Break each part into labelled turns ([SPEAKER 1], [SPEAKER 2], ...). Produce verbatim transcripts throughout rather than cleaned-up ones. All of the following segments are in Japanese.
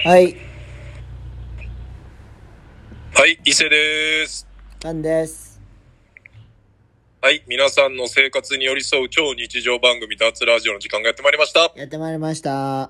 [SPEAKER 1] はい。
[SPEAKER 2] はい、伊勢です。
[SPEAKER 1] カンです。
[SPEAKER 2] はい、皆さんの生活に寄り添う超日常番組脱ラジオの時間がやってまいりました。
[SPEAKER 1] やってまいりました。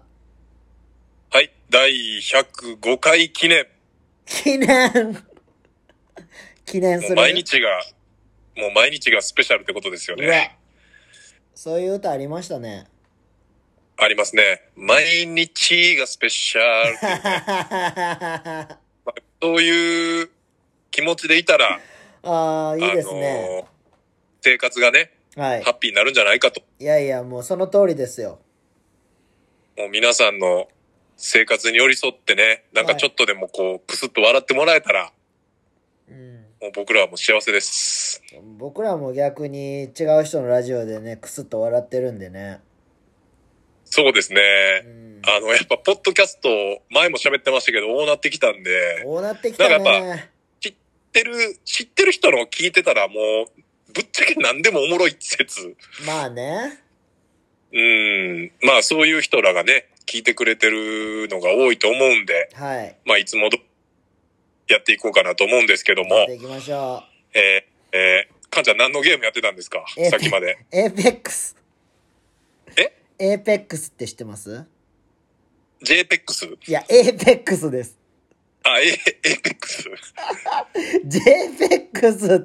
[SPEAKER 2] はい、だいひゃくごかい記念。
[SPEAKER 1] 記念記念する。
[SPEAKER 2] もう毎日が、もう毎日がスペシャルってことですよね。
[SPEAKER 1] うわ。そういう歌ありましたね。
[SPEAKER 2] ありますね。毎日がスペシャルっていうね。まあ、そういう気持ちでいたら、
[SPEAKER 1] ああ、いいですね。
[SPEAKER 2] あのー、生活がね、
[SPEAKER 1] はい。
[SPEAKER 2] ハッピーになるんじゃないかと。
[SPEAKER 1] いやいや、もうその通りですよ。
[SPEAKER 2] もう皆さんの生活に寄り添ってね、なんかちょっとでもこう、クスッと笑ってもらえたら、
[SPEAKER 1] うん、
[SPEAKER 2] もう僕らはもう幸せです。
[SPEAKER 1] 僕らも逆に違う人のラジオでね、クスッと笑ってるんでね。
[SPEAKER 2] そうですね。
[SPEAKER 1] うん、
[SPEAKER 2] あの、やっぱ、ポッドキャスト、前も喋ってましたけど、こうなってきたんで、
[SPEAKER 1] こうなってきたね。
[SPEAKER 2] なんかやっぱ、知ってる、知ってる人の聞いてたらもう、ぶっちゃけ何でもおもろい説。
[SPEAKER 1] まあね。
[SPEAKER 2] うん。まあ、そういう人らがね、聞いてくれてるのが多いと思うんで、
[SPEAKER 1] はい。
[SPEAKER 2] まあ、いつもどやっていこうかなと思うんですけども、
[SPEAKER 1] やっていきましょ
[SPEAKER 2] う。えー、えー、かんちゃん何のゲームやってたんですか？さっきまで。
[SPEAKER 1] エーペックス。
[SPEAKER 2] え？
[SPEAKER 1] エーペックスって知ってます？
[SPEAKER 2] ジェイペックス？
[SPEAKER 1] いや、エーペックスです。
[SPEAKER 2] あ、エーペックス。
[SPEAKER 1] ジェイペックスって。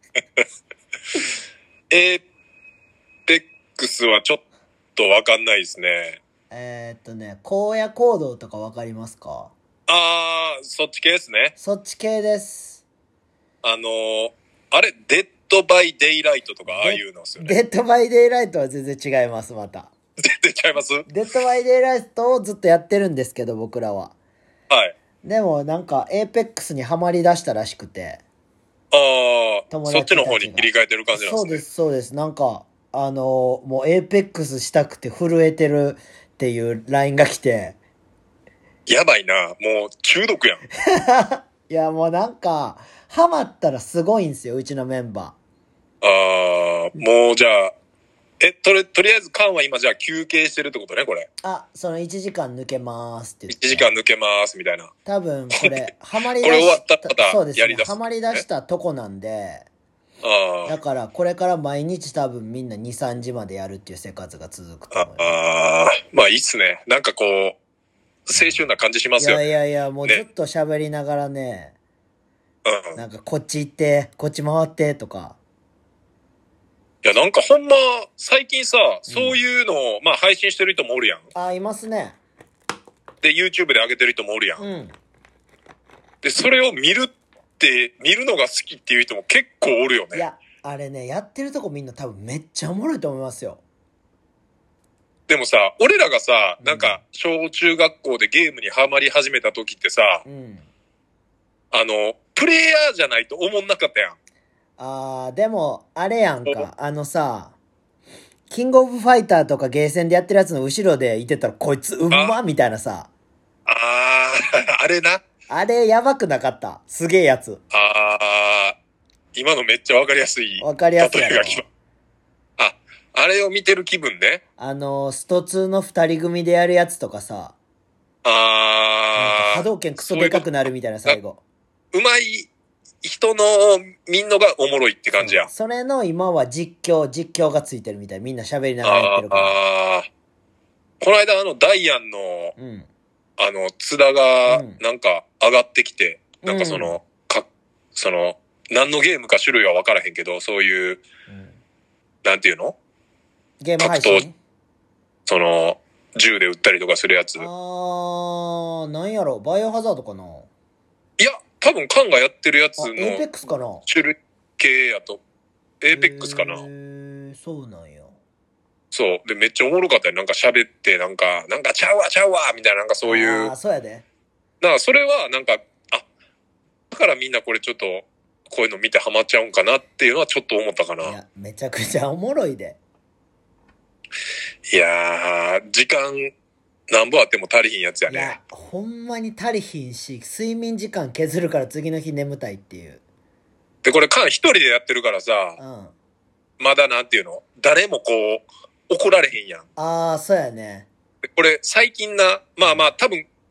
[SPEAKER 2] エーペックスはちょっとわかんないですね。
[SPEAKER 1] えー、っとね、荒野行動とかわかりますか？
[SPEAKER 2] あー、そっち系ですね。
[SPEAKER 1] そっち系です。
[SPEAKER 2] あのー、あれ、デッドバイデイライトとかああいうのですよね。
[SPEAKER 1] デッドバイデイライトは全然違います、また。
[SPEAKER 2] 全然ちゃいます？
[SPEAKER 1] デッドバイデイライトをずっとやってるんですけど、僕らは。
[SPEAKER 2] はい。
[SPEAKER 1] でもなんか、エーペックスにはまり出したらしくて。
[SPEAKER 2] あー、
[SPEAKER 1] 友達たちが
[SPEAKER 2] そっちの方に切り替えてる感じなんですね。
[SPEAKER 1] そうです、そうです。なんか、あのー、もうエーペックスしたくて震えてるっていう ライン が来て。
[SPEAKER 2] やばいな。もう中毒やん。
[SPEAKER 1] いや、もうなんか、ハマったらすごいんですよ、うちのメンバ
[SPEAKER 2] あー、もうじゃあ、え、とり、とりあえずカンは今じゃあ休憩してるってことね、これ。
[SPEAKER 1] ー。あ、そのいちじかん抜けますって言って。
[SPEAKER 2] いちじかん抜けますみたいな。
[SPEAKER 1] 多分これ、ハマり
[SPEAKER 2] これ終わ
[SPEAKER 1] 出し
[SPEAKER 2] ったらまた
[SPEAKER 1] そうですね。
[SPEAKER 2] やり出す、
[SPEAKER 1] ハマり出したとこなんで、
[SPEAKER 2] あ
[SPEAKER 1] だからこれから毎日多分みんなに、さんじまでやるっていう生活が続くと
[SPEAKER 2] あ、
[SPEAKER 1] 思います。
[SPEAKER 2] ああ、まあいいっすね。なんかこう、青春な感じしますよね。
[SPEAKER 1] いやいやいや、もうずっと喋りながらね、
[SPEAKER 2] うん。
[SPEAKER 1] なんかこっち行って、こっち回ってとか。
[SPEAKER 2] いや、なんかほんま、最近さ、そういうのを、まあ配信してる人もおるやん。
[SPEAKER 1] あ、いますね。
[SPEAKER 2] で、YouTube で上げてる人もおるやん。
[SPEAKER 1] うん。
[SPEAKER 2] で、それを見るって、見るのが好きっていう人も結構おるよね。
[SPEAKER 1] いや、あれね、やってるとこみんな多分めっちゃおもろいと思いますよ。
[SPEAKER 2] でもさ、俺らがさ、なんか、小中学校でゲームにハマり始めた時ってさ、
[SPEAKER 1] うん。
[SPEAKER 2] あの、プレイヤーじゃないと思んなかったやん。
[SPEAKER 1] あー、でも、あれやんか、あのさ、キングオブファイターとかゲーセンでやってるやつの後ろでいてたら、こいつうんまみたいなさ。
[SPEAKER 2] あー、あれな。
[SPEAKER 1] あれやばくなかった。すげえやつ。
[SPEAKER 2] あー、今のめっちゃわかりやすい。
[SPEAKER 1] わかりやすいやろ。
[SPEAKER 2] 例えが来た。あ、あれを見てる気分ね。
[SPEAKER 1] あの、ストツーの二人組でやるやつとかさ。なんか
[SPEAKER 2] あー。
[SPEAKER 1] 波動拳クソでかくなるみたいな最後。
[SPEAKER 2] うまい人の見んのがおもろいって感じや。
[SPEAKER 1] それの今は実況、実況がついてるみたい。みんな喋りながらやってるから。
[SPEAKER 2] あー。この間あのダイアンの、
[SPEAKER 1] うん。
[SPEAKER 2] あの、津田が
[SPEAKER 1] うん、
[SPEAKER 2] なんか上がってきて、
[SPEAKER 1] うん
[SPEAKER 2] なんかその、か、その、何のゲームか種類は分からへんけど、そういう、
[SPEAKER 1] うん、
[SPEAKER 2] なんていうの？
[SPEAKER 1] ゲーム配信？
[SPEAKER 2] その、銃で撃ったりとかするやつ。
[SPEAKER 1] あー、なんやろ、バイオハザードかな？
[SPEAKER 2] いや、多分カンがやってるやつの、
[SPEAKER 1] エーペックスかな？
[SPEAKER 2] 種類系やと、エーペックスかな？
[SPEAKER 1] へー、そうなんや。
[SPEAKER 2] そう。で、めっちゃおもろかったよ。なんか喋って、なんか、なんかちゃうわちゃうわみたいな、なんかそういう。
[SPEAKER 1] あー、そうやで。
[SPEAKER 2] なんかそれは、なんか、あ、だからみんなこれちょっと、こういうの見てハマっちゃうんかなっていうのはちょっと思ったかな。
[SPEAKER 1] いや、めちゃくちゃおもろいで。
[SPEAKER 2] いやー、時間、なんぼあっても足りひんやつやね。
[SPEAKER 1] いや、ほんまに足りひんし、睡眠時間削るから次の日眠たいっていう。
[SPEAKER 2] で、これカン一人でやってるからさ、
[SPEAKER 1] うん。
[SPEAKER 2] まだなんていうの？誰もこう、怒られへんやん。
[SPEAKER 1] あー、そうやね。
[SPEAKER 2] でこれ最近な、まあまあ多分、カ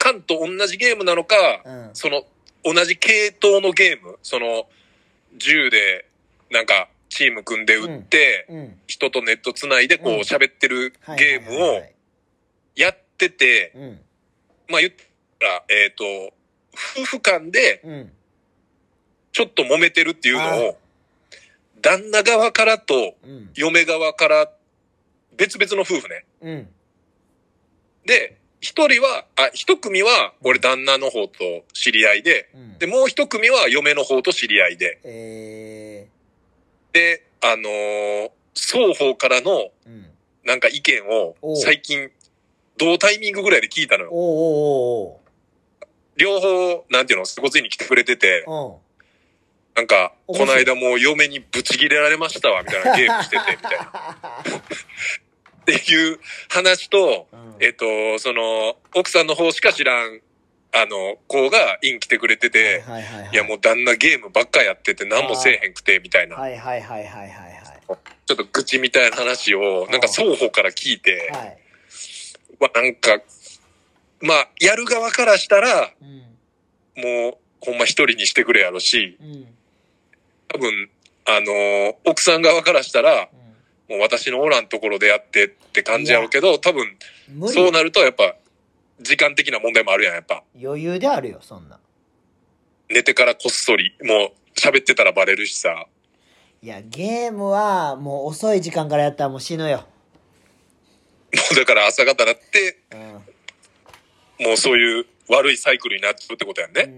[SPEAKER 2] 缶と同じゲームなのか、
[SPEAKER 1] うん、
[SPEAKER 2] その同じ系統のゲーム、その銃でなんかチーム組んで撃って、うんうん、人とネットつないでこう喋ってるゲームをやってて、うん、まあ言ったら、えっと、夫婦間でちょっと揉めてるっていうのを、旦那側からと嫁側から別々の夫婦ね。うん、で、一人は、あ、一組は俺旦那の方と知り合いで、うん、で、もう一組は嫁の方と知り合いで。えー、で、あのー、双方からのなんか意見を最近同タイミングぐらいで聞いたのよ。おうおうおう、両方、なんていうの、スポついに来てくれてて、なんか、この間もう嫁にブチ切れられましたわ、みたいなゲームしてて、みたいな。っていう話と、うん、えっと、その、奥さんの方しか知らん、あの、子がイン来てくれてて、はいはいはいはい、いやもう旦那ゲームばっかやってて何もせえへんくて、みたいな。はいはいはいはいはい、はい。ちょっと愚痴みたいな話を、なんか双方から聞いて、はい、まあなんか、まあ、やる側からしたら、うん、もう、ほんま一人にしてくれやろし、うん、多分、あのー、奥さん側からしたら、うん、もう私のおらんところでやってって感じやろうけど、多分、そうなるとやっぱ、時間的な問題もあるやん、やっぱ。
[SPEAKER 1] 余裕であるよ、そんな。
[SPEAKER 2] 寝てからこっそり、もう喋ってたらバレるしさ。
[SPEAKER 1] いや、ゲームは、もう遅い時間からやったらもう死ぬよ。も
[SPEAKER 2] うだから朝方なって、うん、もうそういう悪いサイクルになっちゃうってことやんね。うん。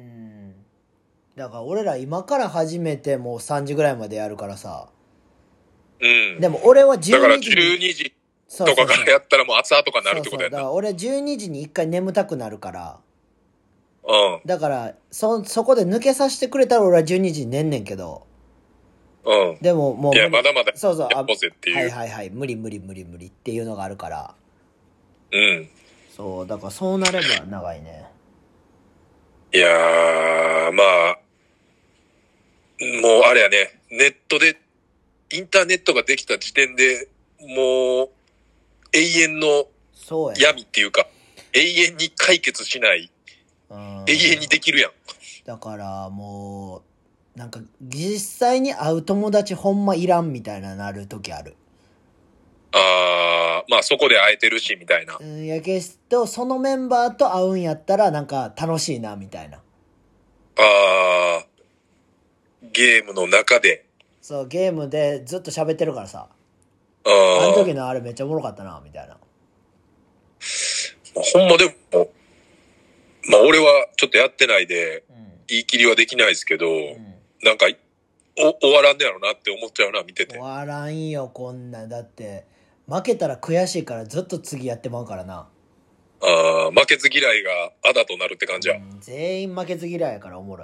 [SPEAKER 1] だから俺ら今から始めてもうさんじぐらいまでやるからさ。うん。でも俺はじゅうにじに。
[SPEAKER 2] だからじゅうにじとかからやったらもう朝とかなるってことやんな。
[SPEAKER 1] そうそう、だから俺じゅうにじに一回眠たくなるから。うん。だから、そ、そこで抜けさせてくれたら俺はじゅうにじに寝んねんけど。うん。でももう。
[SPEAKER 2] いや、まだまだ。
[SPEAKER 1] そうそう。
[SPEAKER 2] やっぽぜっていう。
[SPEAKER 1] はいはいはい。無理無理無理無理っていうのがあるから。うん。そう、だからそうなれば長いね。
[SPEAKER 2] いやー、まあ、もうあれやね、ネットで、インターネットができた時点でもう、永遠の闇っていうか、永遠に解決しない、永遠にできるやん。
[SPEAKER 1] だからもう、なんか実際に会う友達ほんまいらんみたいななる時ある。
[SPEAKER 2] あー、まあそこで会えてるしみたいな。
[SPEAKER 1] うん、やけどそのメンバーと会うんやったらなんか楽しいなみたいな。
[SPEAKER 2] あー、ゲームの中で。
[SPEAKER 1] そう、ゲームでずっと喋ってるからさ。あー、あの時のあれめっちゃおもろかったなみたいな。
[SPEAKER 2] ほんまでも、まあ俺はちょっとやってないで、うん、言い切りはできないですけど、うん、なんかお終わらんねやろなって思っちゃうな、見てて。
[SPEAKER 1] 終わらんよこんなん。だって負けたら悔しいからずっと次やってまうからな。
[SPEAKER 2] ああ、負けず嫌いがあだとなるって感じや、うん、
[SPEAKER 1] 全員負けず嫌いやからおもろい。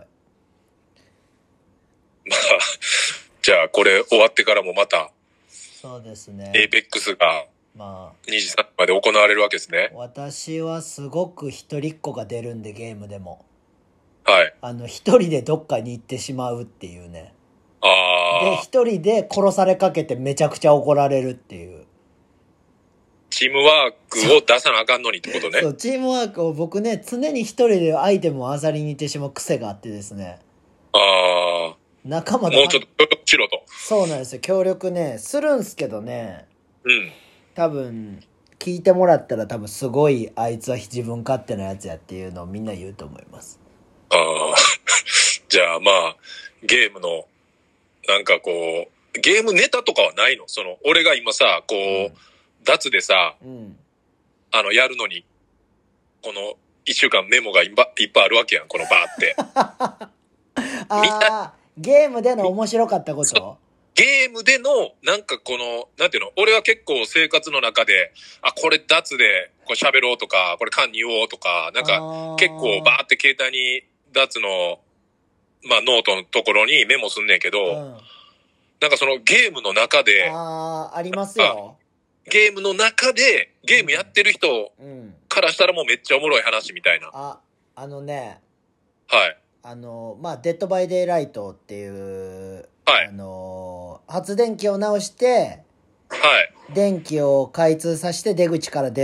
[SPEAKER 2] まあじゃあこれ終わってからもまた
[SPEAKER 1] そうですね、
[SPEAKER 2] エイペックスがまあにじさんじまで行われるわけですね。
[SPEAKER 1] 私はすごく一人っ子が出るんで、ゲームでも。
[SPEAKER 2] はい。
[SPEAKER 1] あの、一人でどっかに行ってしまうっていうね。
[SPEAKER 2] ああ。
[SPEAKER 1] で、一人で殺されかけてめちゃくちゃ怒られるっていう。
[SPEAKER 2] チームワークを出さなあかんのにってことね。
[SPEAKER 1] そう、チームワークを僕ね、常に一人でアイテムを漁りに行ってしまう癖があってですね。
[SPEAKER 2] ああ。
[SPEAKER 1] 仲間
[SPEAKER 2] で。もうちょっと協力しろと。
[SPEAKER 1] そうなんですよ。協力ね、するんすけどね。
[SPEAKER 2] うん。
[SPEAKER 1] 多分、聞いてもらったら多分すごいあいつは自分勝手なやつやっていうのをみんな言うと思います。
[SPEAKER 2] ああ。じゃあまあ、ゲームの、なんかこう、ゲームネタとかはないの？その、俺が今さ、こう、うん、脱でさ、うん、あの、やるのに、この、一週間メモがいっぱいあるわけやん、このバーって。
[SPEAKER 1] ああ、ゲームでの面白かったこと？
[SPEAKER 2] ゲームでの、なんかこの、なんていうの、俺は結構生活の中で、あ、これ脱で、これ喋ろうとか、これ缶に言おうとか、なんか結構バーって携帯に脱の、まあノートのところにメモすんねんけど、うん、なんかそのゲームの中で、
[SPEAKER 1] ああ、ありますよ。
[SPEAKER 2] ゲームの中で、ゲームやってる人からしたらもうめっちゃおもろい話みたいな。
[SPEAKER 1] あ、あのね、
[SPEAKER 2] はい。
[SPEAKER 1] あの、まあ、デッドバイデイライトっていう、
[SPEAKER 2] はい。
[SPEAKER 1] あの、発電機を直して、
[SPEAKER 2] はい。
[SPEAKER 1] 電気を開通させて出口から出る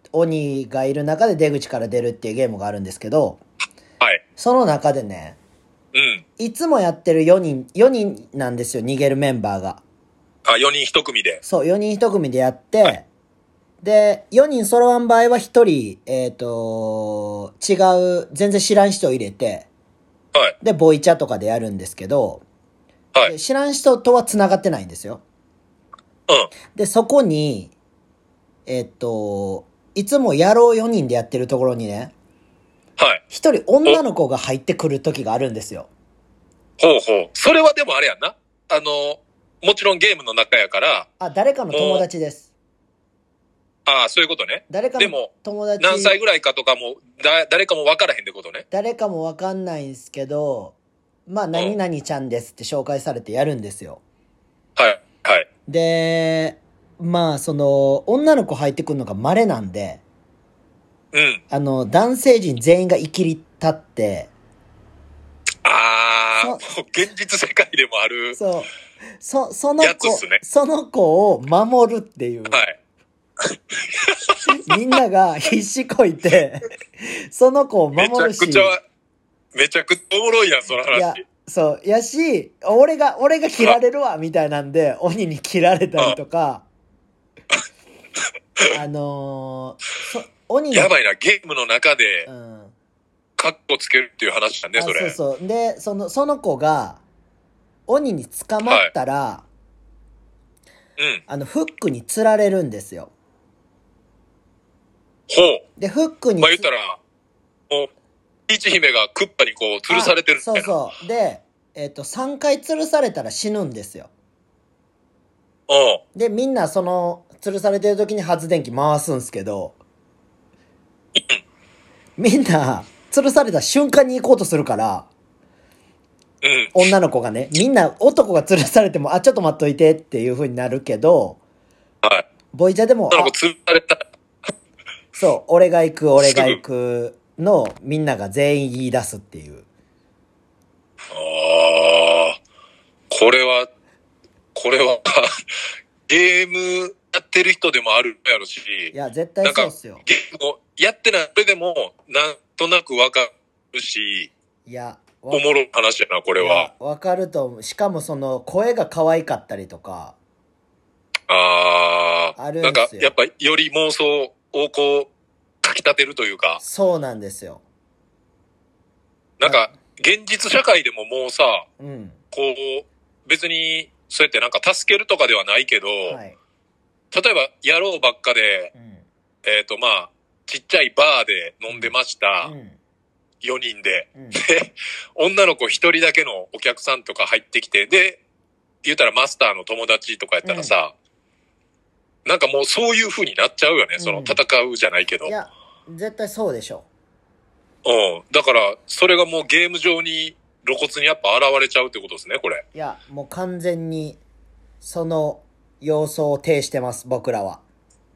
[SPEAKER 1] 鬼がいる中で出口から出るっていうゲームがあるんですけど、
[SPEAKER 2] はい。
[SPEAKER 1] その中でね、うん。いつもやってるよにん、よにんなんですよ、逃げるメンバーが。
[SPEAKER 2] あ、よにんひと組で。
[SPEAKER 1] そう、よにんひと組でやって、はい、で、よにん揃わん場合はひとり、えっと、違う、全然知らん人を入れて、はい。で、ボイチャとかでやるんですけど、はい。知らん人とは繋がってないんですよ。うん。で、そこに、えっと、いつもやろうよにんでやってるところにね、はい。一人女の子が入ってくる時があるんですよ。
[SPEAKER 2] ほうほう。それはでもあれやんな。あの、もちろんゲームの中やから。
[SPEAKER 1] あ、誰かの友達です。
[SPEAKER 2] ああ、そういうことね。
[SPEAKER 1] 誰かの友達。
[SPEAKER 2] でも、何歳ぐらいかとかも、だ、誰かも分からへんってことね。
[SPEAKER 1] 誰かも分かんないんですけど、まあ、何々ちゃんですって紹介されてやるんですよ。
[SPEAKER 2] はい、はい。
[SPEAKER 1] で、まあ、その、女の子入ってくるのが稀なんで、うん。あの、男性陣全員が生きり立って、
[SPEAKER 2] ああ、もう現実世界でもある。
[SPEAKER 1] そう。そ、その子、ね、その子を守るっていう。はい。みんなが必死こいて、その子を守るし。
[SPEAKER 2] めちゃくちゃ、めちゃくちゃおもろいやん、その話。いや、
[SPEAKER 1] そう。やし、俺が、俺が切られるわ、みたいなんで、鬼に切られたりとか、あのー、
[SPEAKER 2] 鬼の。やばいな、ゲームの中で、うん。カッコつけるっていう話なんね、それ。
[SPEAKER 1] そうそう。で、その、その子が、鬼に捕まったら、はい、うん。あの、フックに釣られるんですよ。
[SPEAKER 2] ほう。
[SPEAKER 1] で、フックに。
[SPEAKER 2] まあ言ったら、もう、ピーチ姫がクッパにこう、吊るされてるみたいな。
[SPEAKER 1] そうそう。で、えっと、さんかい吊るされたら死ぬんですよ。
[SPEAKER 2] お
[SPEAKER 1] で、みんなその、吊るされてる時に発電機回すんすけど、みんな、吊るされた瞬間に行こうとするから、うん、女の子がね、みんな男が吊るされても、あ、ちょっと待っといてっていう風になるけど、はい。ボイチャでも、
[SPEAKER 2] 女の子吊るされた。
[SPEAKER 1] そう、俺が行く、俺が行くの、みんなが全員言い出すっていう。
[SPEAKER 2] ああ、これは、これは、ゲームやってる人でもあるやろし。
[SPEAKER 1] いや、絶対そうっすよ。
[SPEAKER 2] ゲームをやってない、それでも、なんとなくわかるし。
[SPEAKER 1] いや、
[SPEAKER 2] おもろい話やな、これは。
[SPEAKER 1] わかると思う。しかもその、声が可愛かったりとか。
[SPEAKER 2] ああ、あるんですよ。なんか、やっぱ、より妄想をこう、かき立てるというか。
[SPEAKER 1] そうなんですよ。
[SPEAKER 2] なんか、現実社会でももうさ、うん、こう、別に、そうやってなんか助けるとかではないけど、はい、例えば、やろうばっかで、うん、えっと、まあ、ちっちゃいバーで飲んでました。うん、よにんで。うん、で、女の子ひとりだけのお客さんとか入ってきて、で、言うたらマスターの友達とかやったらさ、うん、なんかもうそういう風になっちゃうよね。その、戦うじゃないけど。
[SPEAKER 1] いや、絶対そうでしょ。
[SPEAKER 2] うん。だから、それがもうゲーム上に露骨にやっぱ現れちゃうってことですね、これ。
[SPEAKER 1] いや、もう完全に、その様相を呈してます、僕らは。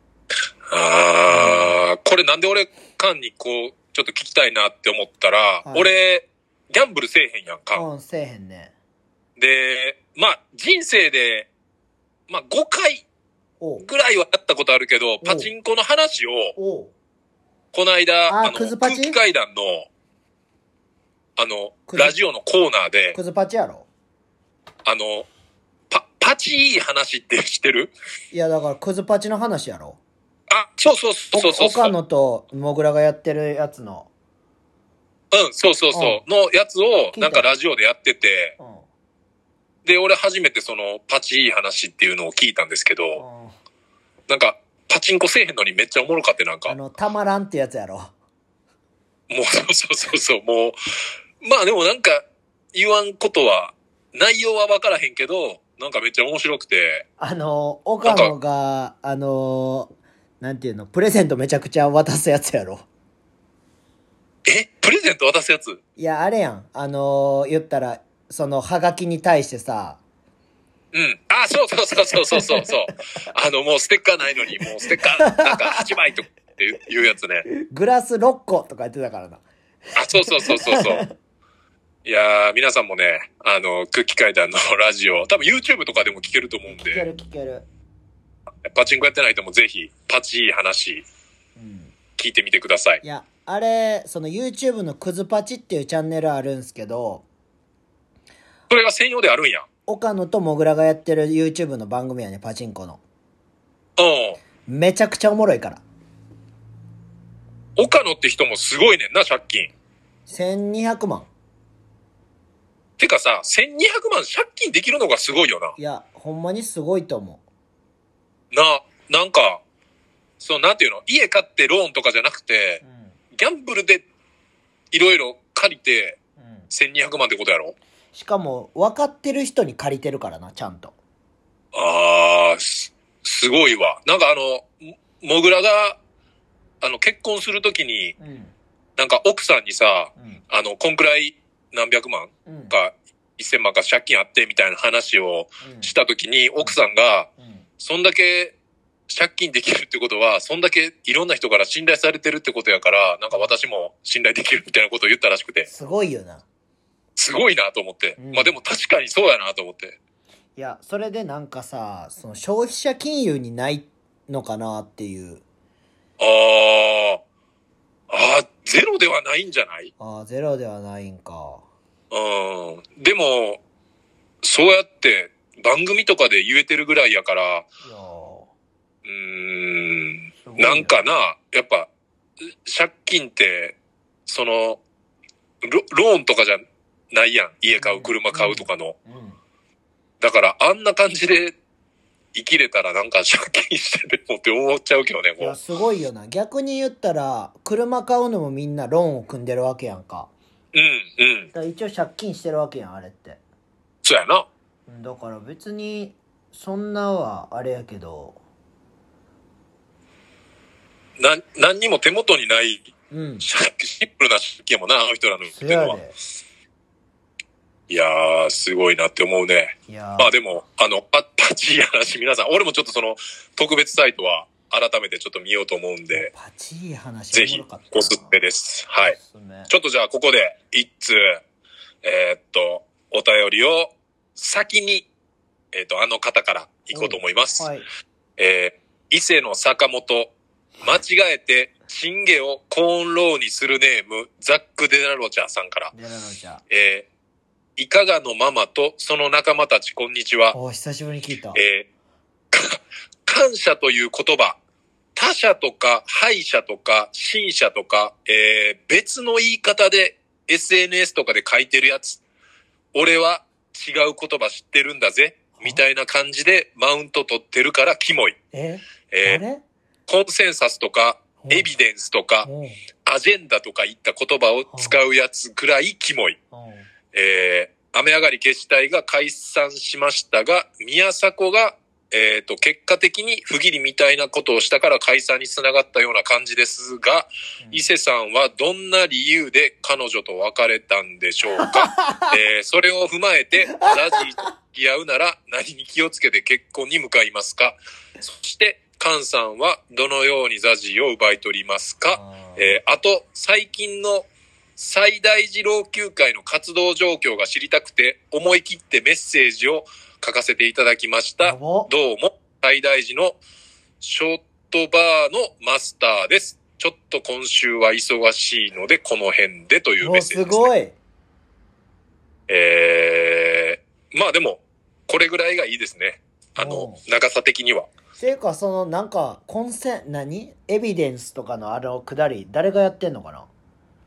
[SPEAKER 2] あー、これなんで俺、カンにこう、ちょっと聞きたいなって思ったら、はい、俺、ギャンブルせえへんやんか。
[SPEAKER 1] うん、せえへんね。
[SPEAKER 2] で、まあ、人生で、まあ、ごかいぐらいはやったことあるけど、パチンコの話を、この間、あ, あの、空気階段の、あの、ラジオのコーナーで、
[SPEAKER 1] クズパチやろ？
[SPEAKER 2] あの、パ、パチいい話って知ってる？
[SPEAKER 1] いや、だからクズパチの話やろ？
[SPEAKER 2] あ、そうそうそうそうそう。
[SPEAKER 1] 岡野とモグラがやってるやつの。
[SPEAKER 2] うん、そうそうそう。うん、のやつを、なんかラジオでやってて、うん、で、俺初めてその、パチいい話っていうのを聞いたんですけど、うん、なんか、パチンコせえへんのにめっちゃおもろかって、なんか。
[SPEAKER 1] あの、たまらんってやつやろ。も
[SPEAKER 2] う、そうそうそうそう、もう、まあでもなんか、言わんことは、内容はわからへんけど、なんかめっちゃ面白くて。
[SPEAKER 1] あの、岡野が、あの、なんていうの、プレゼントめちゃくちゃ渡すやつやろ。
[SPEAKER 2] え？プレゼント渡すやつ？
[SPEAKER 1] いや、あれやん。あの、言ったら、その、ハガキに対してさ、
[SPEAKER 2] うん。あ、そうそうそうそうそうそうそう。あの、もうステッカーないのに、もうステッカーなんかはちまいとかっていうやつね。
[SPEAKER 1] グラスろっことか言ってたからな。
[SPEAKER 2] あ、そうそうそうそうそう。いやー、皆さんもね、あの、空気階段のラジオ、多分 YouTube とかでも聞けると思うんで。
[SPEAKER 1] 聞ける聞ける。
[SPEAKER 2] パチンコやってない人もぜひ、パチいい話、うん、 聞いてみてください。
[SPEAKER 1] いや、あれ、その YouTube のクズパチっていうチャンネルあるんすけど、
[SPEAKER 2] それが専用であるんや。
[SPEAKER 1] 岡野とモグラがやってる YouTube の番組やね、パチンコの。
[SPEAKER 2] うん。
[SPEAKER 1] めちゃくちゃおもろいから。
[SPEAKER 2] 岡野って人もすごいねんな、借金。
[SPEAKER 1] せんにひゃくまん。
[SPEAKER 2] てかさ、せんにひゃくまん借金できるのがすごいよな。
[SPEAKER 1] いや、ほんまにすごいと思
[SPEAKER 2] う。な、なんか、そう、なんていうの、家買ってローンとかじゃなくて、うん、ギャンブルでいろいろ借りて、うん、せんにひゃくまんってことやろ？
[SPEAKER 1] しかも、分かってる人に借りてるからな、ちゃんと。
[SPEAKER 2] あー、す、すごいわ。なんかあの、もぐらが、あの、結婚するときに、うん、なんか奥さんにさ、うん、あの、こんくらい何百万、うん、か、一千万か借金あってみたいな話をしたときに、うん、奥さんが、うん、そんだけ借金できるってことは、そんだけいろんな人から信頼されてるってことやから、なんか私も信頼できるみたいなことを言ったらしくて。
[SPEAKER 1] すごいよな。
[SPEAKER 2] すごいなと思って。うん、まあでも確かにそうやなと思って。
[SPEAKER 1] いや、それでなんかさ、その消費者金融にないのかなっていう。
[SPEAKER 2] ああ、ああ、ゼロではないんじゃない？
[SPEAKER 1] ああ、ゼロではないんか。
[SPEAKER 2] うん。でも、そうやって番組とかで言えてるぐらいやから、いやうーん、なんかな、やっぱ、借金って、その、ロ、ローンとかじゃないやん。家買う、車買うとかの。うんうんうん、だから、あんな感じで生きれたらなんか借金しててもって思っちゃうけどね、もう。
[SPEAKER 1] いや、すごいよな。逆に言ったら、車買うのもみんなローンを組んでるわけやんか。
[SPEAKER 2] うん、うん。
[SPEAKER 1] だから一応借金してるわけやん、あれって。
[SPEAKER 2] そうやな。
[SPEAKER 1] だから別に、そんなはあれやけど。
[SPEAKER 2] な、何にも手元にない、うん、シンプルな借金もな、あの人らのっていうのは。いやー、すごいなって思うね。いやまあでも、あの、パ、パチい話、皆さん、俺もちょっとその、特別サイトは、改めてちょっと見ようと思うんで。
[SPEAKER 1] パチい話
[SPEAKER 2] ぜひ、おすすめです。はい。ちょっとじゃあ、ここで、一通、えー、っと、お便りを、先に、えー、っと、あの方から行こうと思います。はい。えー、伊勢の坂本、間違えて、チンゲをコーンローにするネーム、ザック・デナロジャーさんから。
[SPEAKER 1] デナロジャー。
[SPEAKER 2] えー、いかがのママとその仲間たち、こんにちは。
[SPEAKER 1] お、久しぶりに聞いた。
[SPEAKER 2] えー、感謝という言葉、他者とか、敗者とか、親者とか、えー、別の言い方で エスエヌエス とかで書いてるやつ。俺は違う言葉知ってるんだぜ。みたいな感じでマウント取ってるからキモい。
[SPEAKER 1] え
[SPEAKER 2] えー、コンセンサスとか、エビデンスとか、アジェンダとかいった言葉を使うやつくらいキモい。えー、雨上がり決死隊が解散しましたが、宮迫が、えっと、結果的に不義理みたいなことをしたから解散につながったような感じですが、うん、伊勢さんはどんな理由で彼女と別れたんでしょうか、えー、それを踏まえて、ザジーと付き合うなら何に気をつけて結婚に向かいますか？そして、カンさんはどのようにザジーを奪い取りますか？あ, えー、あと、最近の最大寺老朽会の活動状況が知りたくて、思い切ってメッセージを書かせていただきました。どうも、最大寺のショートバーのマスターです。ちょっと今週は忙しいので、この辺でというメッセージです、ね。
[SPEAKER 1] すごい。
[SPEAKER 2] えー、まあでも、これぐらいがいいですね。あの、長さ的には。
[SPEAKER 1] ていうか、その、なんか、コンセン、何？エビデンスとかのあのくだり、誰がやってんのかな？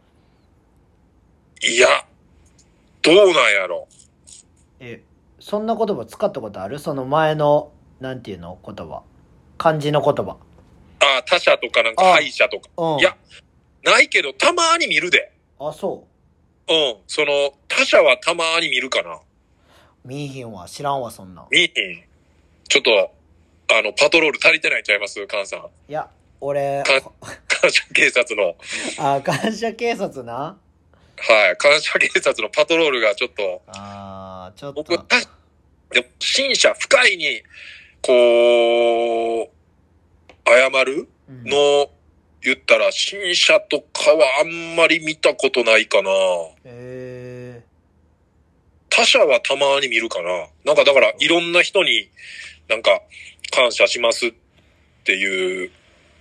[SPEAKER 2] いや、どうなんやろ。
[SPEAKER 1] え、そんな言葉使ったことある？その前の、なんていうの？言葉。漢字の言葉。
[SPEAKER 2] ああ、他者とかなんか敗者とか。うん、いや、ないけど、たまに見るで。
[SPEAKER 1] あ、そ
[SPEAKER 2] う。うん。その、他者はたまに見るかな。
[SPEAKER 1] 見いひんわ。知らんわ、そんな。
[SPEAKER 2] 見いひん。ちょっと、あの、パトロール足りてないんちゃいます？カンさん。
[SPEAKER 1] いや、俺。
[SPEAKER 2] 感謝警察の。
[SPEAKER 1] あ、感謝警察な。
[SPEAKER 2] はい。感謝警察のパトロールがちょっと。
[SPEAKER 1] ああ、ちょっと。
[SPEAKER 2] 僕、でも、心者深いに、こう、謝るの、うん、言ったら、心者とかはあんまり見たことないかな。
[SPEAKER 1] へー。
[SPEAKER 2] 他者はたまに見るかな。なんかだから、いろんな人になんか、感謝しますっていう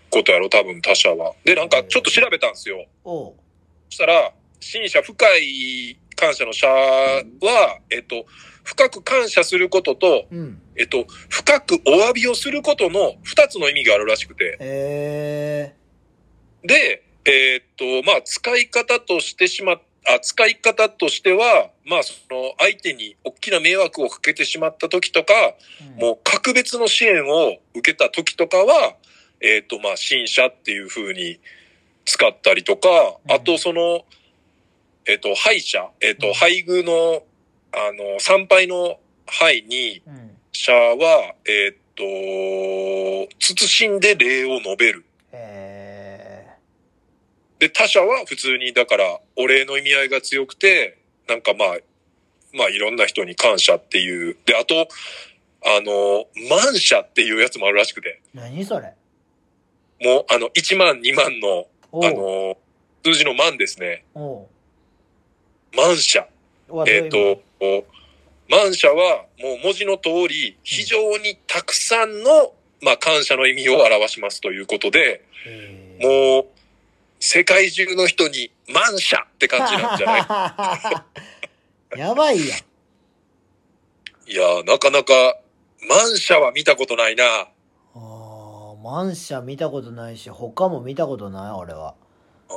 [SPEAKER 2] ことやろ、多分他社は。で、なんかちょっと調べたんですよ。
[SPEAKER 1] おう。
[SPEAKER 2] そしたら、新社深い感謝の社は、えっと、深く感謝することと、うん、えっと、深くお詫びをすることの二つの意味があるらしくて。
[SPEAKER 1] へ
[SPEAKER 2] ー。で、えー、っと、まあ、使い方としてしまっあ、使い方としては、まあ、その、相手に大きな迷惑をかけてしまった時とか、うん、もう格別の支援を受けた時とかは、えっと、まあ、新社っていう風に使ったりとか、うん、あと、その、えっと、拝社、えっと、拝宮の、あの、参拝の拝に、社は、えっと、謹んで礼を述べる。
[SPEAKER 1] へー。
[SPEAKER 2] で、他者は普通に、だから、お礼の意味合いが強くて、なんかまあ、まあいろんな人に感謝っていう。で、あと、あの、万社っていうやつもあるらしくて。
[SPEAKER 1] 何それ？
[SPEAKER 2] もう、あの、いちまん、にまんの、あの、数字の万ですね。万社。えっと、万社は、もう文字の通り、非常にたくさんの、まあ感謝の意味を表しますということで、もう、世界中の人に満社って感じなんじゃない
[SPEAKER 1] やばいやん。
[SPEAKER 2] いや、なかなか満社は見たことないな。あ
[SPEAKER 1] あ、満社見たことないし、他も見たことない、俺は。
[SPEAKER 2] あ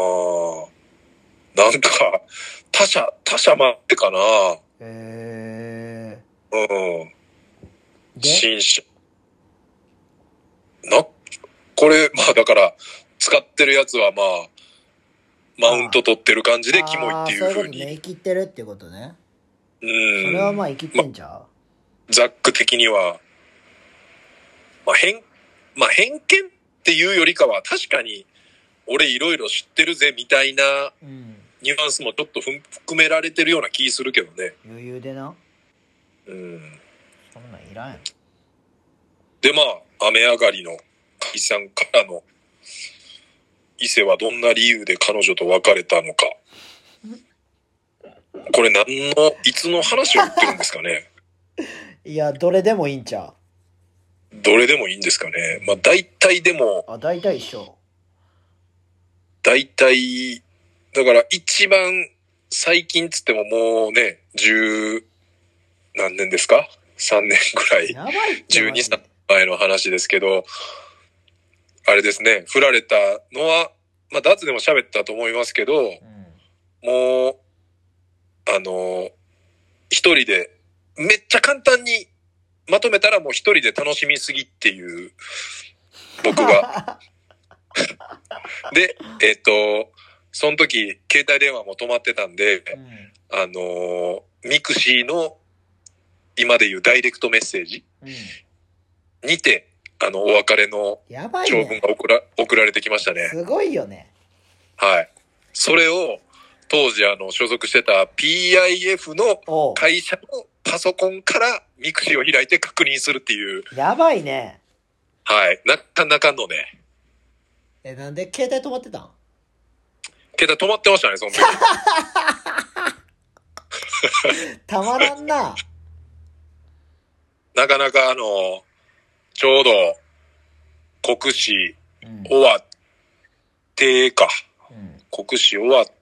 [SPEAKER 2] あ、なんか、他社、他社待ってかな。へ
[SPEAKER 1] え
[SPEAKER 2] ー。うん。新社。な、これ、まあだから、使ってるやつはまあ、マウント取ってる感じでキモいっていう風に。
[SPEAKER 1] そういうことね。生きってるっていうことね。
[SPEAKER 2] うん。
[SPEAKER 1] それはまあ生きってんちゃう、ま、
[SPEAKER 2] ザック的には。まあ偏、まあ偏見っていうよりかは確かに、俺いろいろ知ってるぜみたいなニュアンスもちょっと含められてるような気するけどね。
[SPEAKER 1] 余裕でな。
[SPEAKER 2] うん。
[SPEAKER 1] そんなんいらんやん。
[SPEAKER 2] でまあ、雨上がりの解散からの伊勢はどんな理由で彼女と別れたのか。これ何の、いつの話を言ってるんですかね。
[SPEAKER 1] いや、どれでもいいんちゃ
[SPEAKER 2] う。どれでもいいんですかね。まあ大体でも。
[SPEAKER 1] あ、大体一緒。
[SPEAKER 2] 大体、だから一番最近つってももうね、十何年ですか ?さん 年くらい。
[SPEAKER 1] やばいって。
[SPEAKER 2] じゅうに、さんまえの話ですけど、あれですね、振られたのは、まあ、脱でも喋ったと思いますけど、うん、もう、あの、一人で、めっちゃ簡単にまとめたらもう一人で楽しみすぎっていう、僕が。で、えっと、その時、携帯電話も止まってたんで、うん、あの、ミクシーの、今でいうダイレクトメッセージ、うん、にて、あの、お別れの長文が送ら、ね、送られてきましたね。
[SPEAKER 1] すごいよね。
[SPEAKER 2] はい。それを、当時あの、所属してた ピーアイエフ の会社のパソコンからミクシーを開いて確認するっていう。
[SPEAKER 1] やばいね。
[SPEAKER 2] はい。なかなかのね。
[SPEAKER 1] え、なんで携帯止まってたん？
[SPEAKER 2] 携帯止まってましたね、その時。
[SPEAKER 1] たまらんな。
[SPEAKER 2] なかなかあの、ちょうど、国試終わってか。うん、国試終わって、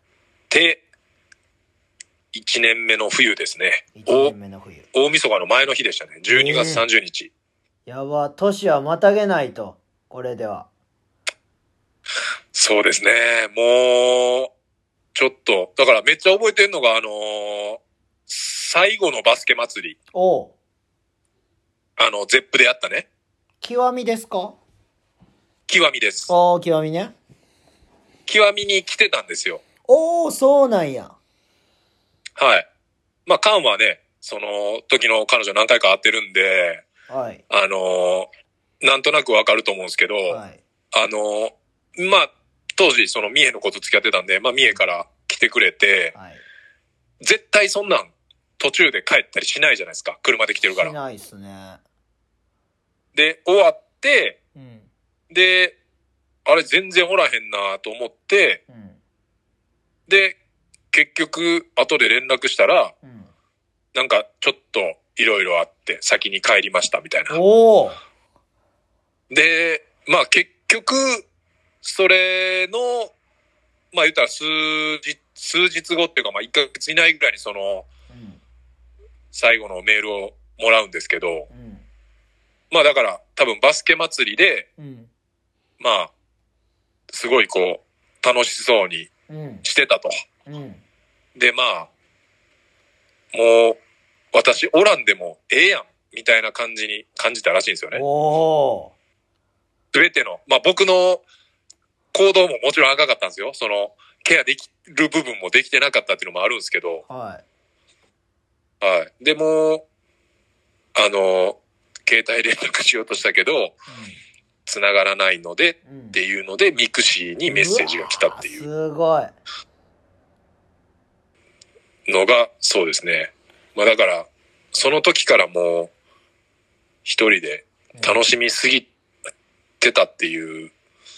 [SPEAKER 2] いちねんめの冬ですね。
[SPEAKER 1] いちねんめの冬。
[SPEAKER 2] 大晦日の前の日でしたね。じゅうにがつさんじゅうにち。
[SPEAKER 1] えー、やば、年はまたげないと。これでは。
[SPEAKER 2] そうですね。もう、ちょっと、だからめっちゃ覚えてんのが、あのー、最後のバスケ祭り。
[SPEAKER 1] おう。
[SPEAKER 2] あの、ゼップでやったね。
[SPEAKER 1] 極みですか？
[SPEAKER 2] 極みです。
[SPEAKER 1] おー、極みね。
[SPEAKER 2] 極みに来てたんですよ。
[SPEAKER 1] おー、そうなんや。
[SPEAKER 2] はい。まあ、カンはね、その時の彼女何回か会ってるんで、
[SPEAKER 1] はい。
[SPEAKER 2] あのー、なんとなくわかると思うんですけど、はい、あのー、まあ、当時その三重の子と付き合ってたんで、まあ、三重から来てくれて、はい、絶対そんなん途中で帰ったりしないじゃないですか。車で来てるから。
[SPEAKER 1] しないっすね。
[SPEAKER 2] で、終わって、うん、で、あれ全然おらへんなと思って、うん、で、結局、後で連絡したら、うん、なんかちょっといろいろあって先に帰りましたみたいな。
[SPEAKER 1] おー。
[SPEAKER 2] で、まあ結局、それの、まあ言ったら数日、数日後っていうか、まあいっかげつ以内ぐらいにその、うん、最後のメールをもらうんですけど、うん、まあだから多分バスケ祭りで、うん、まあ、すごいこう、楽しそうにしてたと。うんうん、で、まあ、もう、私おらんでもええやん、みたいな感じに感じたらしいんですよね。すべての、まあ僕の行動ももちろん赤かったんですよ。その、ケアできる部分もできてなかったっていうのもあるんですけど。はい。はい。でも、あの、携帯連絡しようとしたけど、うん、繋がらないので、っていうので、ミクシーにメッセージが来たっていう。
[SPEAKER 1] すごい。
[SPEAKER 2] のが、そうですね。まあだから、その時からもう、一人で楽しみすぎてたっていう、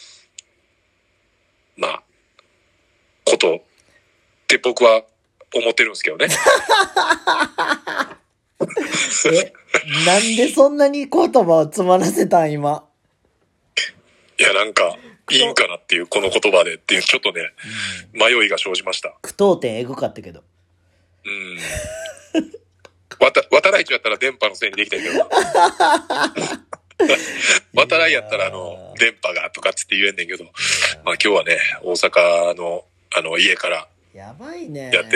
[SPEAKER 2] まあ、ことって僕は思ってるんですけどね。
[SPEAKER 1] え、なんでそんなに言葉を詰まらせたん今。
[SPEAKER 2] いや、なんか、いいんかなっていう、この言葉でっていう、ちょっとね、うん、迷いが生じました。
[SPEAKER 1] 句読点エグかったけど。
[SPEAKER 2] うん。わた、渡来やったら電波のせいにできたけど。渡来やったらあの、電波がとかつって言えんねんけど、まあ今日はね、大阪の、あの、家から。
[SPEAKER 1] やばいね。やって。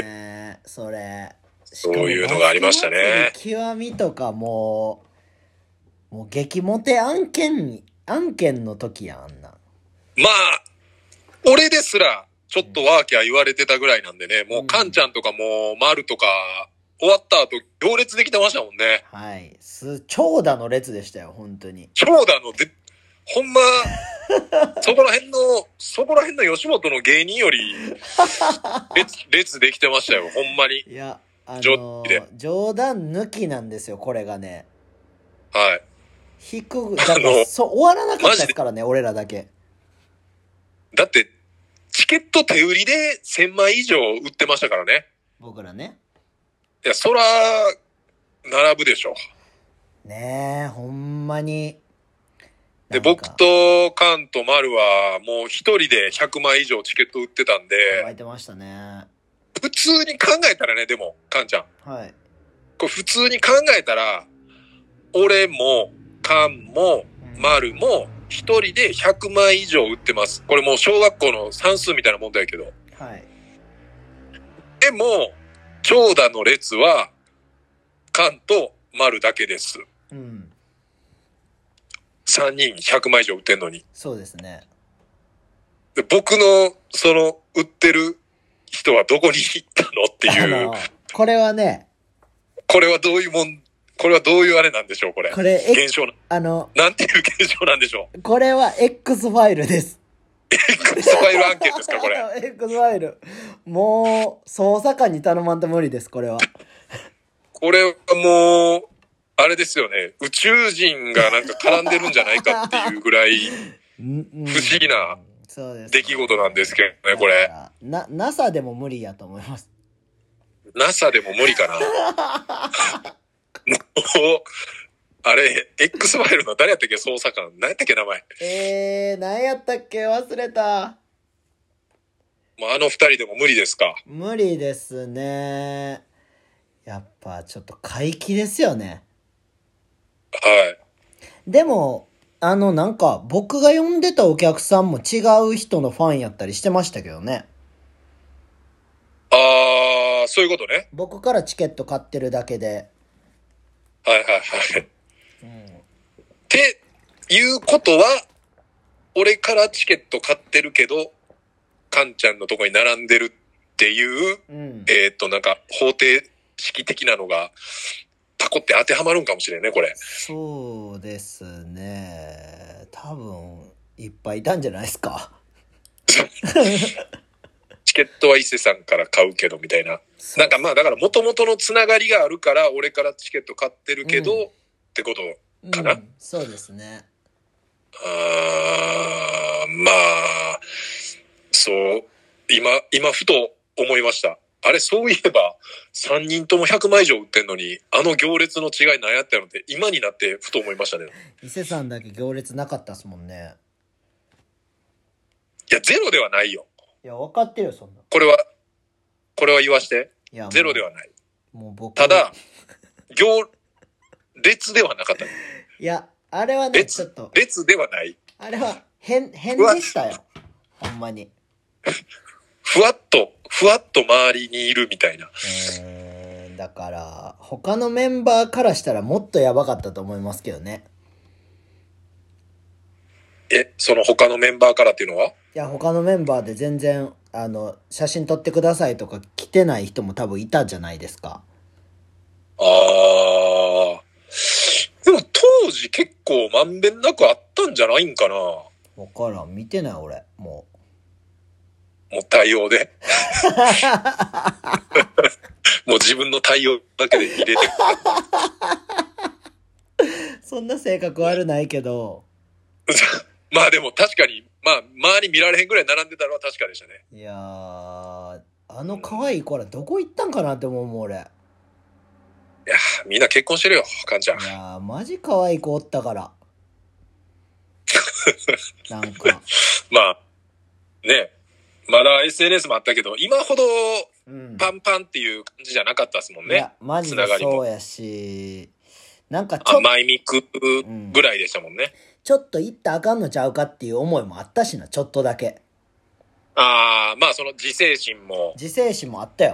[SPEAKER 1] それ。
[SPEAKER 2] そういうのがありましたね。
[SPEAKER 1] 極みとかもう、もう激モテ案件に、案件の時やん、あんな。
[SPEAKER 2] まあ、俺ですら、ちょっとワーキャー言われてたぐらいなんでね、もうカンちゃんとかもう、マルとか、終わった後、行列できてましたもんね。
[SPEAKER 1] はい。す、長蛇の列でしたよ、本当に。
[SPEAKER 2] 長蛇ので、ほんま、そこら辺の、そこら辺の吉本の芸人より、列、列できてましたよ、ほんまに。
[SPEAKER 1] いや、あのー、冗談抜きなんですよ、これがね。
[SPEAKER 2] はい。
[SPEAKER 1] 引く、だからそう、終わらなかったですからね、俺らだけ。
[SPEAKER 2] だって、チケット手売りでせんまい以上売ってましたからね。
[SPEAKER 1] 僕らね。
[SPEAKER 2] いや、そら、並ぶでしょ。
[SPEAKER 1] ねえ、ほんまに。
[SPEAKER 2] で、僕とカンとマルは、もう一人でひゃくまい以上チケット売ってたんで。
[SPEAKER 1] 湧いてましたね。
[SPEAKER 2] 普通に考えたらね、でも、カンちゃん。
[SPEAKER 1] はい。
[SPEAKER 2] これ普通に考えたら、俺も、カンも、マルも、一人でひゃくまい以上売ってます。これもう小学校の算数みたいな問題やけど。はい。でも、長蛇の列は、カンとマルだけです。うん。さんにんひゃくまい以上売ってんのに。
[SPEAKER 1] そうですね。
[SPEAKER 2] で僕の、その、売ってる人はどこに行ったのっていう。
[SPEAKER 1] これはね。
[SPEAKER 2] これはどういうもん、これはどういうあれなんでしょう、これ。
[SPEAKER 1] これ、
[SPEAKER 2] 現象な、
[SPEAKER 1] あの、
[SPEAKER 2] なんていう現象なんでしょ
[SPEAKER 1] う。これは X ファイルです。
[SPEAKER 2] X ファイル案件ですか、これ。
[SPEAKER 1] X ファイル。もう、捜査官に頼まんと無理です、これは。
[SPEAKER 2] これはもう、あれですよね。宇宙人がなんか絡んでるんじゃないかっていうぐらい、不思議な出来事なんですけどね、これ。
[SPEAKER 1] な、NASA でも無理やと思います。
[SPEAKER 2] NASA でも無理かな。もう、あれ、X ファイルの誰やったっけ、捜査官。何やったっけ、名前。
[SPEAKER 1] えー、何やったっけ、忘れた。
[SPEAKER 2] もうあの二人でも無理ですか。
[SPEAKER 1] 無理ですね。やっぱちょっと怪奇ですよね。
[SPEAKER 2] はい。
[SPEAKER 1] でも、あのなんか僕が呼んでたお客さんも違う人のファンやったりしてましたけどね。
[SPEAKER 2] あー、そういうことね。
[SPEAKER 1] 僕からチケット買ってるだけで。
[SPEAKER 2] はいはいはい。うん、っていうことは、俺からチケット買ってるけど、カンちゃんのとこに並んでるっていう、うん、えー、っとなんか方程式的なのがパコって当てはまるんかもしれんね、これ。
[SPEAKER 1] そうですね。多分いっぱいいたんじゃないですか。
[SPEAKER 2] チケットは伊勢さんから買うけどみたいな。なんかまあだから元々のつながりがあるから俺からチケット買ってるけど、うん、ってことかな、うん、
[SPEAKER 1] そうですね。
[SPEAKER 2] あー、まあそう今今ふと思いました。あれそういえばさんにんともひゃくまい以上売ってんのにあの行列の違い何やったのって今になってふと思いましたね。
[SPEAKER 1] 伊勢さんだけ行列なかったっすもんね。
[SPEAKER 2] いや、ゼロではないよ。
[SPEAKER 1] いや、分かってるよ、そんな。
[SPEAKER 2] これは、これは言わして。いや、ゼロではない。もう僕ただ、行列ではなかった。
[SPEAKER 1] いや、あれはね、ちょっと。
[SPEAKER 2] 列ではない。
[SPEAKER 1] あれは、変、変でしたよ。ほんまに。
[SPEAKER 2] ふわっと、ふわっと周りにいるみたいな。
[SPEAKER 1] えー、だから、他のメンバーからしたらもっとやばかったと思いますけどね。
[SPEAKER 2] え、その他のメンバーからっていうのは？い
[SPEAKER 1] や、他のメンバーで全然、あの、写真撮ってくださいとか来てない人も多分いたじゃないですか。
[SPEAKER 2] あー。でも当時結構まんべんなくあったんじゃないんかな。わ
[SPEAKER 1] からん。見てない俺。も
[SPEAKER 2] う。もう対応で。もう自分の対応だけで入れて
[SPEAKER 1] そんな性格悪ないけど。
[SPEAKER 2] まあでも確かに、まあ周り見られへんぐらい並んでたのは確かでしたね。
[SPEAKER 1] いやー、あの可愛い子らどこ行ったんかなって思うもん俺。い
[SPEAKER 2] やー、みんな結婚してるよ、かんちゃん。
[SPEAKER 1] いやー、マジ可愛い子おったから。なんか。
[SPEAKER 2] まあ、ね、まだ エスエヌエス もあったけど、今ほどパンパンっていう感じじゃなかったですもんね。
[SPEAKER 1] いや、マジでそうやし、なんか
[SPEAKER 2] ちょっと。甘いミクぐらいでしたもんね。うん、
[SPEAKER 1] ちょっと行ったらあかんのちゃうかっていう思いもあったしな、ちょっとだけ。
[SPEAKER 2] ああ、まあその自制心も。
[SPEAKER 1] 自制心もあったよ。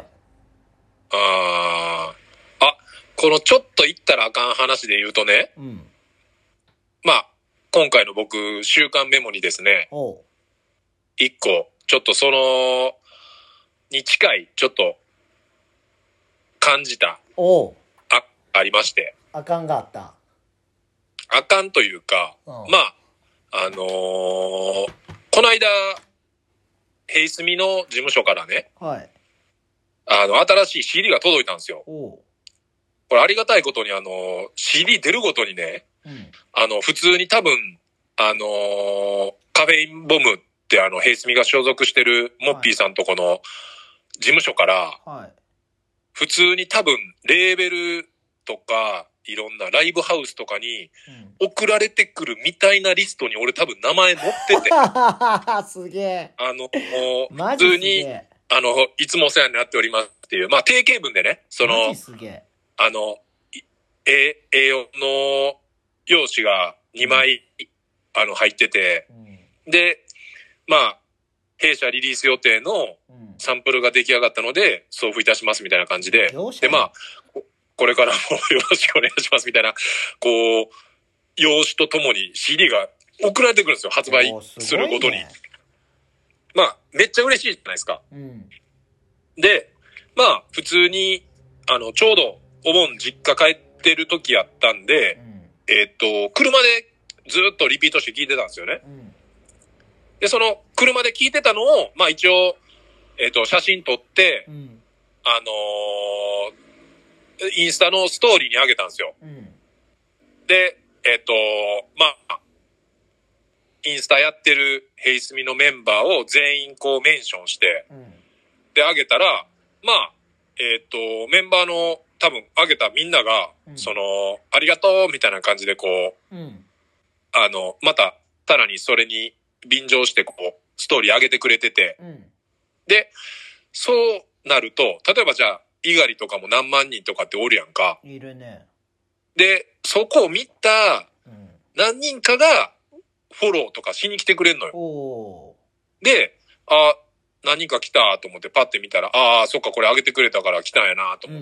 [SPEAKER 2] ああ。あ、このちょっと行ったらあかん話で言うとね。うん。まあ、今回の僕、週刊メモにですね。おう。一個、ちょっとその、に近い、ちょっと、感じた。おう。あ、ありまして。
[SPEAKER 1] あかんがあった。
[SPEAKER 2] あかんというか、うん、まあ、あのー、この間、ヘイスミの事務所からね、はい。あの、新しい シーディー が届いたんですよ。おこれありがたいことに、あの、シーディー 出るごとにね、うん、あの、普通に多分、あのー、カフェインボムってあの、ヘイスミが所属してるモッピーさんとこの事務所から、はい、普通に多分、レーベルとか、いろんなライブハウスとかに送られてくるみたいなリストに俺多分名前載ってて。
[SPEAKER 1] すげえ。
[SPEAKER 2] あの、普通に、あの、いつもお世話になっておりますっていう、まあ定型文でね、その、あの、A、エーよん の用紙がにまい、うん、あの、入ってて、うん、で、まあ、弊社リリース予定のサンプルが出来上がったので、送付いたしますみたいな感じで、で、まあ、これからもよろしくお願いしますみたいな、こう、用紙とともに シーディー が送られてくるんですよ、発売するごとに。ね、まあ、めっちゃ嬉しいじゃないですか。うん、で、まあ、普通に、あの、ちょうどお盆実家帰ってる時やったんで、うん、えー、っと、車でずっとリピートして聞いてたんですよね。うん、で、その車で聞いてたのを、まあ一応、えー、っと、写真撮って、うん、あのー、インスタのストーリーに上げたんですよ。うん、で、えっと、まあ、インスタやってるヘイスミのメンバーを全員こうメンションして、うん、で、上げたら、まあ、えっと、メンバーの多分上げたみんなが、うん、その、ありがとうみたいな感じでこう、うん、あの、また、さらにそれに便乗してこう、ストーリー上げてくれてて、うん、で、そうなると、例えばじゃあ、イガリとかも何万人とかっておるやんか。
[SPEAKER 1] いるね。
[SPEAKER 2] で、そこを見た何人かがフォローとかしに来てくれんのよ。おで、あ、何人か来たと思ってパッて見たら、ああ、そっかこれ上げてくれたから来たんやなと思って、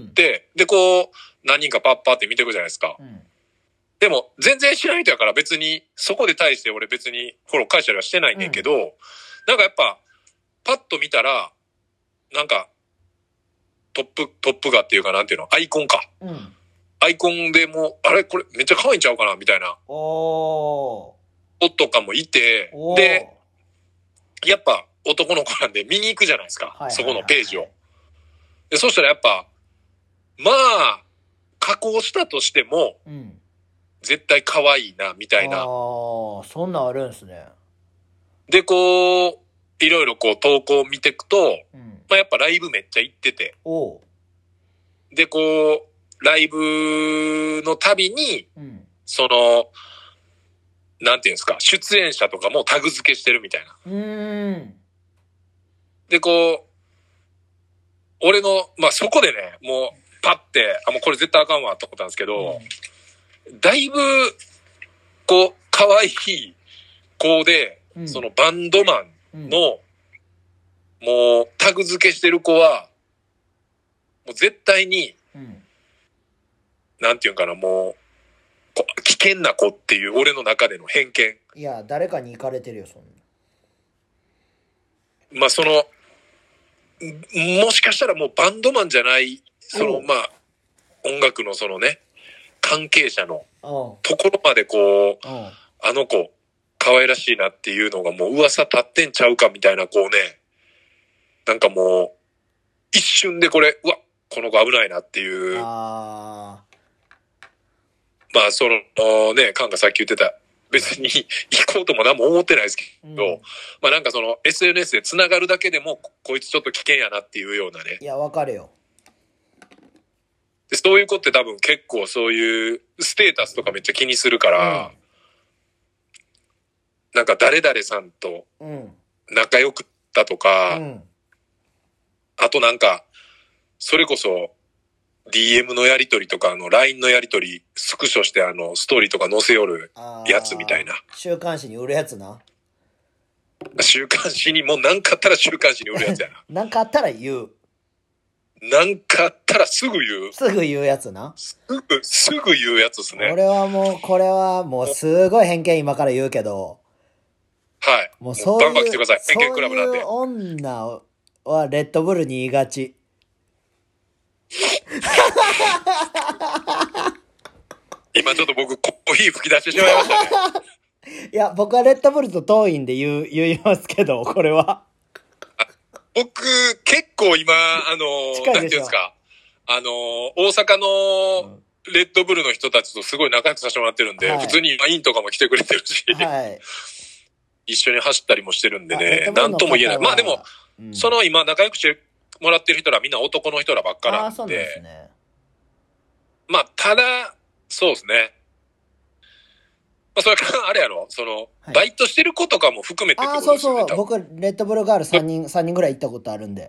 [SPEAKER 2] うん、で、こう、何人かパッパって見てくるじゃないですか。うん、でも、全然知らない人やから別に、そこで対して俺別にフォロー返したりはしてないんだけど、うん、なんかやっぱ、パッと見たら、なんか、トップ、トップ画っていうかなんていうのアイコンか。うん。アイコンでもう、あれこれめっちゃ可愛いんちゃうかなみたいな。おー。おとかもいて、で、やっぱ男の子なんで見に行くじゃないですか。はいはいはいはい、そこのページを。で、そしたらやっぱ、まあ、加工したとしても、うん、絶対可愛いな、みたいな。ああ、
[SPEAKER 1] そんなんあるんですね。
[SPEAKER 2] で、こう、いろいろこう投稿を見ていくと、うんまあ、やっぱライブめっちゃ行ってて。おで、こう、ライブのたびに、うん、その、 なんていうんですか、出演者とかもタグ付けしてるみたいな。
[SPEAKER 1] うーん。
[SPEAKER 2] で、こう、俺の、まあ、そこでね、もう、パッて、あ、もうこれ絶対あかんわと思ったんですけど、うん、だいぶ、こう、可愛い子で、うん、そのバンドマンの、うん、もう、タグ付けしてる子は、もう絶対に、うん、なんていうんかな、もう、危険な子っていう俺の中での偏見。
[SPEAKER 1] いや、誰かに行かれてるよ、そんな。
[SPEAKER 2] まあ、その、もしかしたらもうバンドマンじゃない、その、まあ、音楽のそのね、関係者のところまでこう、あの子、可愛らしいなっていうのがもう噂立ってんちゃうかみたいな、こうね、なんかもう、一瞬でこれ、うわ、この子危ないなっていう。あまあ、そのね、カンがさっき言ってた、別に行こうとも何も思ってないですけど、うん、まあなんかその エスエヌエス でつながるだけでも、こいつちょっと危険やなっていうようなね。
[SPEAKER 1] いや、わかるよ。
[SPEAKER 2] でそういう子って多分結構そういうステータスとかめっちゃ気にするから、うん、なんか誰々さんと仲良くったとか、うん、あとなんか、それこそ ディーエム のやりとりとか、あの ライン のやりとり、スクショしてあのストーリーとか載せよるやつみたいな。
[SPEAKER 1] 週刊誌に売るやつな。
[SPEAKER 2] 週刊誌にもう何かあったら週刊誌に売るやつやな。
[SPEAKER 1] 何かあったら言う。
[SPEAKER 2] なんかあったらすぐ言う。
[SPEAKER 1] すぐ言うやつな。
[SPEAKER 2] すぐ、すぐ言うやつですね。
[SPEAKER 1] 俺はもう、これはもうすごい偏見今から言うけど。
[SPEAKER 2] はい。
[SPEAKER 1] もうそういう、
[SPEAKER 2] バンバン来てください。偏見クラブなんで。
[SPEAKER 1] そういう女はレッドブルに言いがち。
[SPEAKER 2] 今ちょっと僕コーヒー吹き出してしまいましたね。
[SPEAKER 1] いや、僕はレッドブルと遠いんで言う、言いますけど、これは。
[SPEAKER 2] 僕、結構今、あの、なんていうんですか、あの、大阪のレッドブルの人たちとすごい仲良くさせてもらってるんで、はい、普通にインとかも来てくれてるし、はい、一緒に走ったりもしてるんでね、なんとも言えない。まあでも、うん、その今仲良くしてもらってる人らみんな男の人らばっかなんで、あ、そうですね。まあ、ただ、そうですね。まあ、それからあれやろ、その、はい、バイトしてる子とかも含めてってことですよね。
[SPEAKER 1] あ、そうそう。僕、レッドブルガールさんにん、さんにんぐらい行ったことあるんで。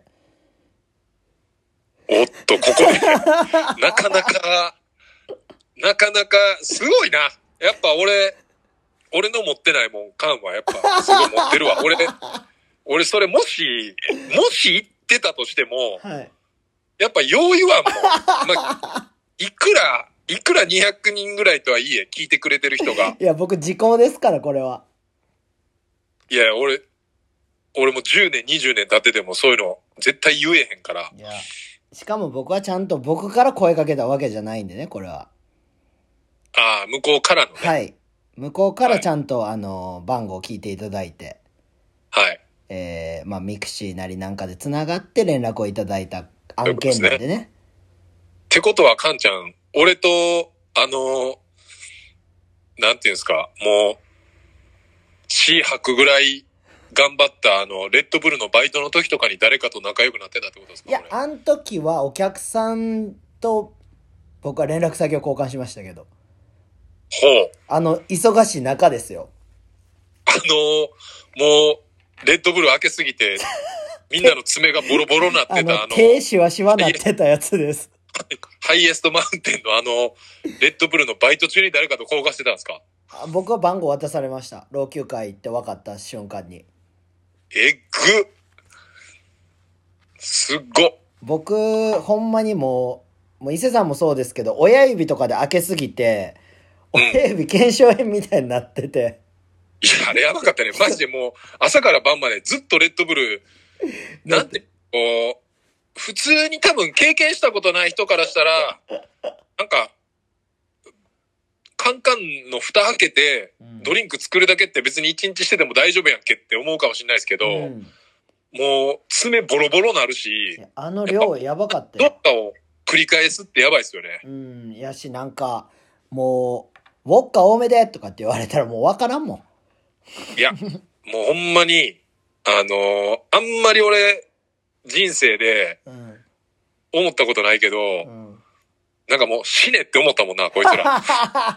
[SPEAKER 2] おっと、ここで、なかなか、なかなか、すごいな。やっぱ俺、俺の持ってないもん、感はやっぱ、すごい持ってるわ。俺、俺それもし、もし行ってたとしても、はい、やっぱよう言わんもん。まあ、いくら、いくらにひゃくにんぐらいとはいえ、聞いてくれてる人が。
[SPEAKER 1] いや、僕、時効ですから、これは。
[SPEAKER 2] いや、俺、俺もじゅうねん、にじゅうねん経っててもそういうの、絶対言えへんから。
[SPEAKER 1] いや、しかも僕はちゃんと僕から声かけたわけじゃないんでね、これは。
[SPEAKER 2] ああ、向こうからのね。
[SPEAKER 1] はい。向こうからちゃんと、はい、あの、番号を聞いていただいて。
[SPEAKER 2] はい。
[SPEAKER 1] えー、まあ、ミクシーなりなんかで繋がって連絡をいただいた案件なんでね。ね
[SPEAKER 2] ってことは、カンちゃん、俺と、あの、なんていうんですか、もう、血吐くぐらい頑張った、あの、レッドブルのバイトの時とかに誰かと仲良くなってたってことですか？
[SPEAKER 1] いや、あの時はお客さんと僕は連絡先を交換しましたけど。
[SPEAKER 2] ほう。
[SPEAKER 1] あの、忙しい中ですよ。
[SPEAKER 2] あの、もう、レッドブル開けすぎて、みんなの爪がボロボロになってた、あの、
[SPEAKER 1] あの手シワシワなってたやつです。
[SPEAKER 2] ハイエストマウンテンのあの、レッドブルのバイト中に誰かと交換してたんですか？
[SPEAKER 1] あ、僕は番号渡されました。老朽会って分かった瞬間に。
[SPEAKER 2] えぐっ。すっご。
[SPEAKER 1] 僕、ほんまにもう、もう伊勢さんもそうですけど、親指とかで開けすぎて、親指腱鞘炎みたいになってて。
[SPEAKER 2] いや、あれやばかったね。マジでもう、朝から晩までずっとレッドブル、なんて、こう、普通に多分経験したことない人からしたら、なんか、カンカンの蓋開けて、ドリンク作るだけって別に一日してても大丈夫やんけって思うかもしれないですけど、うん、もう爪ボロボロなるし、
[SPEAKER 1] あの量やばかった
[SPEAKER 2] よ。どっかを繰り返すってやばいですよね。
[SPEAKER 1] うん、やしなんか、もう、ウォッカ多めでとかって言われたらもうわからんもん。
[SPEAKER 2] いや、もうほんまに、あのー、あんまり俺、人生で、思ったことないけど、うん、なんかもう死ねって思ったもんな、こいつら。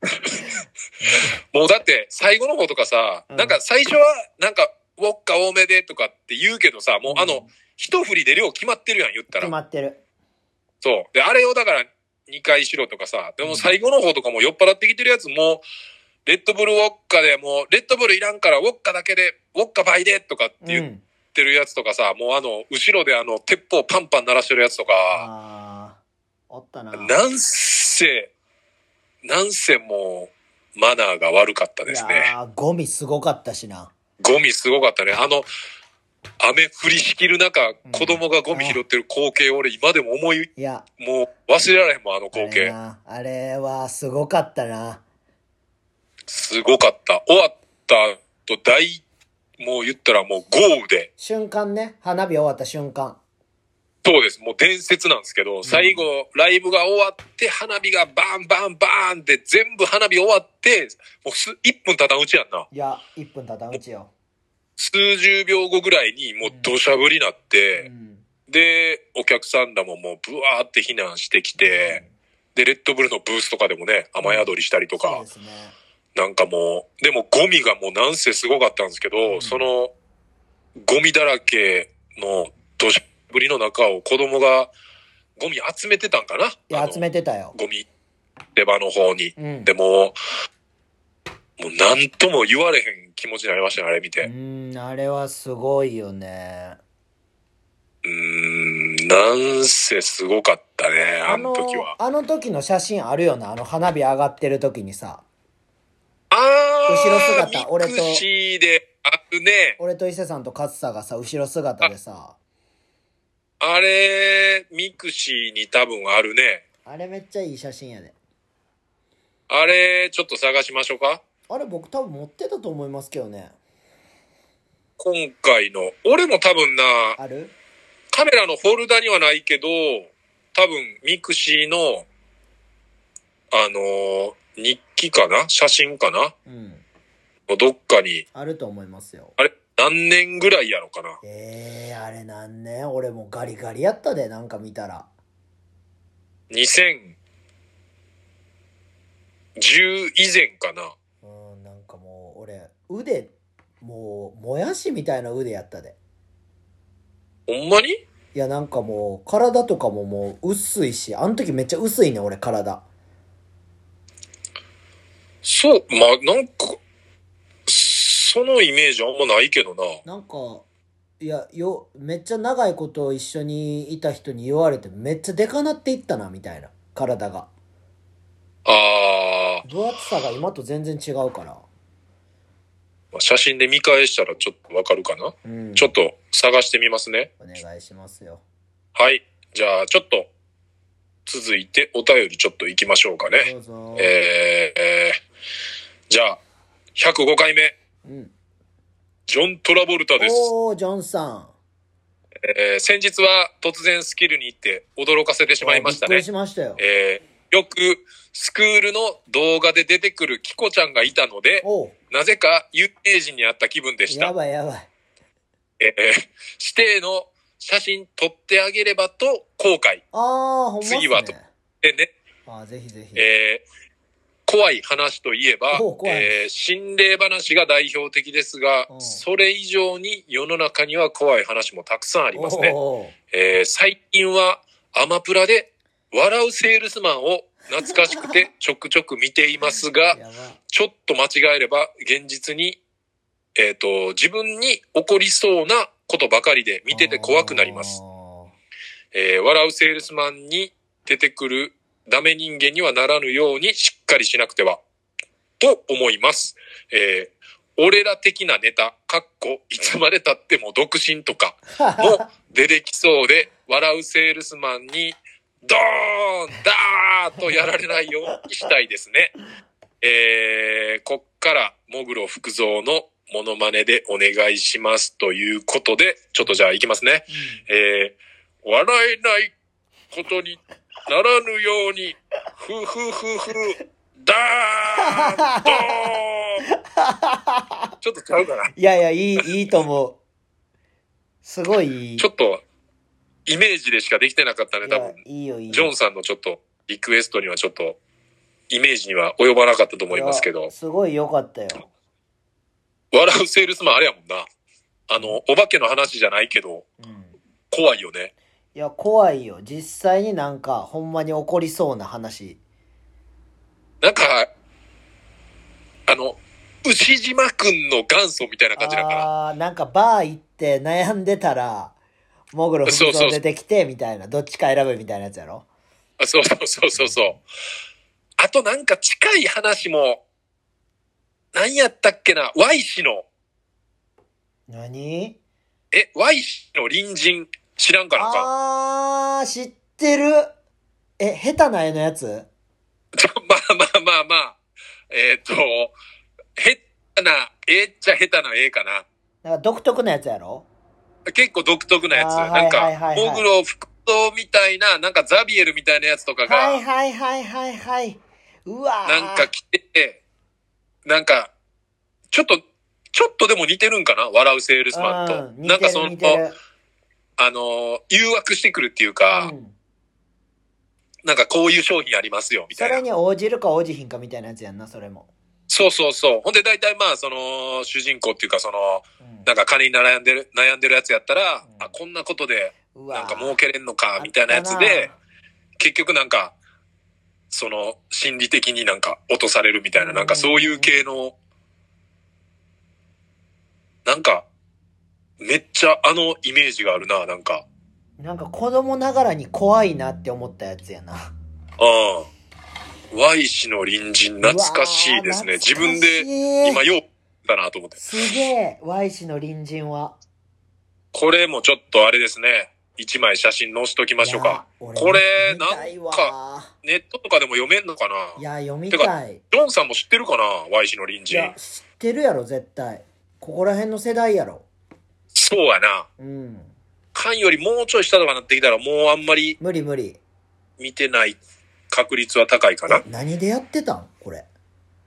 [SPEAKER 2] もうだって最後の方とかさ、うん、なんか最初はなんかウォッカ多めでとかって言うけどさ、もうあの、うん、一振りで量決まってるやん、言ったら。
[SPEAKER 1] 決まってる。
[SPEAKER 2] そう。で、あれをだからにかいしろとかさ、でも最後の方とかも酔っ払ってきてるやつも、レッドブルウォッカでもう、レッドブルいらんからウォッカだけで、ウォッカ倍でとかって言ってるやつとかさ、うん、もうあの、後ろであの、鉄砲パンパン鳴らしてるやつとか、
[SPEAKER 1] あー、おったな。
[SPEAKER 2] なんせ、なんせもう、マナーが悪かったですね。
[SPEAKER 1] いやー、ゴミすごかったしな。
[SPEAKER 2] ゴミすごかったね。あの、雨降りしきる中、うん、子供がゴミ拾ってる光景を俺今でも思い、いや、もう忘れられへんもん、あの光景。
[SPEAKER 1] あれ、あれはすごかったな。
[SPEAKER 2] すごかった。終わったと大、もう言ったらもう豪雨で。
[SPEAKER 1] 瞬間ね、花火終わった瞬間。
[SPEAKER 2] そうです。もう伝説なんですけど、うん、最後、ライブが終わって、花火がバンバンバーンって全部花火終わって、もうすいっぷんたたんうちやんな。
[SPEAKER 1] いや、いっぷんたたんうちよ。
[SPEAKER 2] 数十秒後ぐらいにもう土砂降りになって、うん、で、お客さんらももうブワーって避難してきて、うん、で、レッドブルのブースとかでもね、雨宿りしたりとか、
[SPEAKER 1] そうですね。
[SPEAKER 2] なんかもう、でもゴミがもうなんせすごかったんですけど、うん、その、ゴミだらけの土砂降りの中を子供がゴミ集めてたんかな？い
[SPEAKER 1] や、集めてたよ。
[SPEAKER 2] ゴミ出場の方に。うん、でも、もうなんとも言われへん気持ちになりましたね、あれ見て。
[SPEAKER 1] うーん、あれはすごいよね。
[SPEAKER 2] うーん、なんせすごかったね、あの時は。
[SPEAKER 1] あの、あの時の写真あるよな、あの花火上がってる時にさ。
[SPEAKER 2] あー、
[SPEAKER 1] 後ろ姿、俺と。
[SPEAKER 2] ミクシーであるね。
[SPEAKER 1] 俺と伊勢さんと勝さがさ、後ろ姿でさ。
[SPEAKER 2] あ、あれ、ミクシーに多分あるね。
[SPEAKER 1] あれめっちゃいい写真やで。
[SPEAKER 2] あれ、ちょっと探しましょうか。
[SPEAKER 1] あれ僕多分持ってたと思いますけどね。
[SPEAKER 2] 今回の、俺も多分な、
[SPEAKER 1] ある？
[SPEAKER 2] カメラのフォルダにはないけど、多分ミクシーの、あのー、日記かな？写真かな？うん。どっかに。
[SPEAKER 1] あると思いますよ。
[SPEAKER 2] あれ何年ぐらいやろかな？
[SPEAKER 1] ええー、あれ何年？俺もうガリガリやったで、なんか見たら。
[SPEAKER 2] にせんじゅう以前かな？
[SPEAKER 1] うん、なんかもう、俺、腕、もう、もやしみたいな腕やったで。
[SPEAKER 2] ほんまに？
[SPEAKER 1] いや、なんかもう、体とかももう、薄いし、あの時めっちゃ薄いね、俺、体。
[SPEAKER 2] そう、まあ、なんか、そのイメージあんまないけどな。
[SPEAKER 1] なんか、いや、よ、めっちゃ長いこと一緒にいた人に言われて、めっちゃデカなっていったな、みたいな、体が。
[SPEAKER 2] ああ。
[SPEAKER 1] 分厚さが今と全然違うから。
[SPEAKER 2] 写真で見返したらちょっとわかるかな、うん、ちょっと探してみますね。
[SPEAKER 1] お願いしますよ。
[SPEAKER 2] はい。じゃあ、ちょっと、続いてお便りちょっと行きましょうかね。
[SPEAKER 1] どうぞ。
[SPEAKER 2] えー、えー、じゃあ、ひゃくごかいめ。うん。ジョン・トラボルタです。
[SPEAKER 1] おー、ジョンさん。
[SPEAKER 2] えー、先日は突然スキルに行って驚かせてしまいましたね。
[SPEAKER 1] びっくりしましたよ。
[SPEAKER 2] えー、よくスクールの動画で出てくるキコちゃんがいたので、なぜか有名人に会った気分でした。
[SPEAKER 1] やばいやばい。
[SPEAKER 2] えー、指定の写真撮ってあげればと後悔。
[SPEAKER 1] あー、ほんまっすね。
[SPEAKER 2] 次はと。でね。
[SPEAKER 1] あー、ぜひぜひ。
[SPEAKER 2] えー、怖い話といえば、えー、心霊話が代表的ですが、それ以上に世の中には怖い話もたくさんありますね。えー、最近はアマプラで笑うセールスマンを懐かしくてちょくちょく見ていますが、ちょっと間違えれば現実に、えっと、自分に起こりそうなことばかりで見てて怖くなります。えー、笑うセールスマンに出てくるダメ人間にはならぬようにしっかりしなくては、と思います。えー、俺ら的なネタ、かっこいつまで経っても独身とかも出てきそうで、笑うセールスマンにドーンダーッとやられないようにしたいですね。えー、こっからもぐろ福蔵のモノマネでお願いしますということで、ちょっとじゃあ行きますね。うん、えー、笑えないことにならぬように、ふふふふ、ダーンドーンちょっとちゃうかな。
[SPEAKER 1] いやいや、いい、いいと思う。すごい。
[SPEAKER 2] ちょっと、イメージでしかできてなかったね、多分。
[SPEAKER 1] いいよ、いいよ。
[SPEAKER 2] ジョンさんのちょっと、リクエストにはちょっと、 イメージには及ばなかったと思いますけど。
[SPEAKER 1] すごい良かったよ。
[SPEAKER 2] 笑うセールスマンあれやもんな。あの、お化けの話じゃないけど、うん、怖いよね。
[SPEAKER 1] いや、怖いよ。実際になんか、ほんまに起こりそうな話。
[SPEAKER 2] なんか、あの、牛島くんの元祖みたいな感じだから。
[SPEAKER 1] ああ、なんかバー行って悩んでたら、モグロ服装出てきて、みたいな。どっちか選ぶみたいなやつやろ。
[SPEAKER 2] あ、そうそうそうそうそう。あとなんか近い話も、何やったっけな、Y 氏の。
[SPEAKER 1] 何？
[SPEAKER 2] え、Y 氏の隣人、知らんかなんか。
[SPEAKER 1] あー、知ってる。え、下手な絵のやつ？
[SPEAKER 2] ちょ、まあまあまあまあ。えっと、下手な、えっちゃ下手な絵かな。
[SPEAKER 1] なんか独特なやつやろ？
[SPEAKER 2] 結構独特なやつ。なんか、モグロ服装みたいな、なんかザビエルみたいなやつとかが。
[SPEAKER 1] はいはいはいはいはい。うわー。
[SPEAKER 2] なんか来て、なんか、ちょっと、ちょっとでも似てるんかな？笑うセールスマンと。なんかその、あの、誘惑してくるっていうか、うん、なんかこういう商品ありますよ、みたいな。
[SPEAKER 1] それに応じるか応じひんかみたいなやつやんな、それも。
[SPEAKER 2] そうそうそう。ほんで大体まあ、その、主人公っていうか、その、うん、なんか金に悩んでる、悩んでるやつやったら、うん、あ、こんなことで、なんか儲けれんのか、みたいなやつで、結局なんか、その、心理的になんか落とされるみたいな、なんかそういう系の、なんか、めっちゃあのイメージがあるな、なんか。
[SPEAKER 1] なんか子供ながらに怖いなって思ったやつやな。あ
[SPEAKER 2] あ。Y 氏の隣人、懐かしいですね。自分で今ようだなと思って。
[SPEAKER 1] すげえ、Y 氏の隣人は。
[SPEAKER 2] これもちょっとあれですね。一枚写真載せときましょうか。これ、なんか、ネットとかでも読めんのかな？
[SPEAKER 1] いや、読みたい。
[SPEAKER 2] ジョンさんも知ってるかな？ Y 氏の隣人。いや、
[SPEAKER 1] 知ってるやろ、絶対。ここら辺の世代やろ。
[SPEAKER 2] そうやな。うん。缶よりもうちょい下とかなってきたらもうあんまり。
[SPEAKER 1] 無理無理。
[SPEAKER 2] 見てない確率は高いかな。
[SPEAKER 1] 何でやってたんこれ。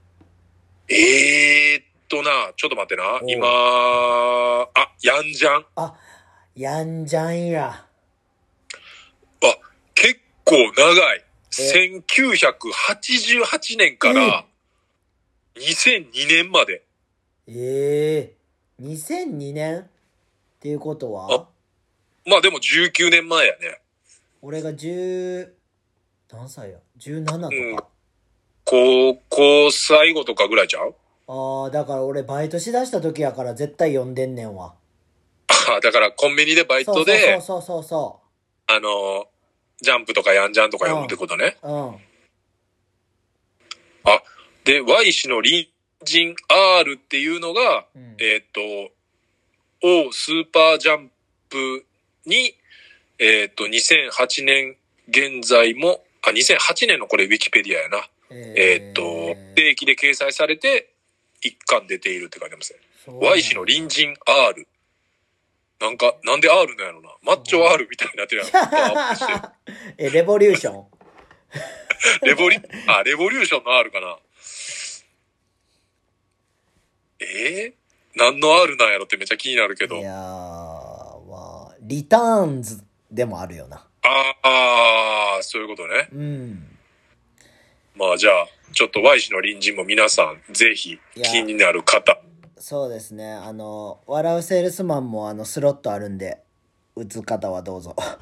[SPEAKER 2] えーっとな、ちょっと待ってな。今、あ、ヤンジャン。
[SPEAKER 1] あ、ヤンジャンや。あ、
[SPEAKER 2] 結構長い。せんきゅうひゃくはちじゅうはちねんからにせんにねんまで。
[SPEAKER 1] ええー、にせんにねんっていうことは？あ、
[SPEAKER 2] まあでもじゅうきゅうねんまえやね。
[SPEAKER 1] 俺がじゅう、何歳や ?じゅうななとか、うん。
[SPEAKER 2] 高校最後とかぐらいちゃう？
[SPEAKER 1] ああ、だから俺バイトしだした時やから絶対読んでんねんわ。
[SPEAKER 2] ああ、だからコンビニでバイトで、
[SPEAKER 1] そうそうそうそうそう。
[SPEAKER 2] あの、ジャンプとかヤンジャンとか読むってことね。うん。うん、あ、で、Y 氏の隣人 R っていうのが、うん、えっと、O スーパージャンプに、えっと、にせんはちねん現在も、あ、にせんはちねんのこれウィキペディアやな。えー、っと、定期で掲載されて、一巻出ているって書いてますね。Y 氏の隣人 R。なんか、なんで R なんやろな。マッチョ R みたいになってるやん。
[SPEAKER 1] え、レボリューション
[SPEAKER 2] レボリ、あ、レボリューションの R かな。えー、何の R なんやろってめっちゃ気になるけど。
[SPEAKER 1] いやー、まあ、リターンズでもあるよな。
[SPEAKER 2] ああ、そういうことね。うん。まあじゃあ、ちょっと Y 氏の隣人も皆さん、ぜひ気になる方。
[SPEAKER 1] そうですね。あの、笑うセールスマンもあの、スロットあるんで、打つ方はどうぞ。あ、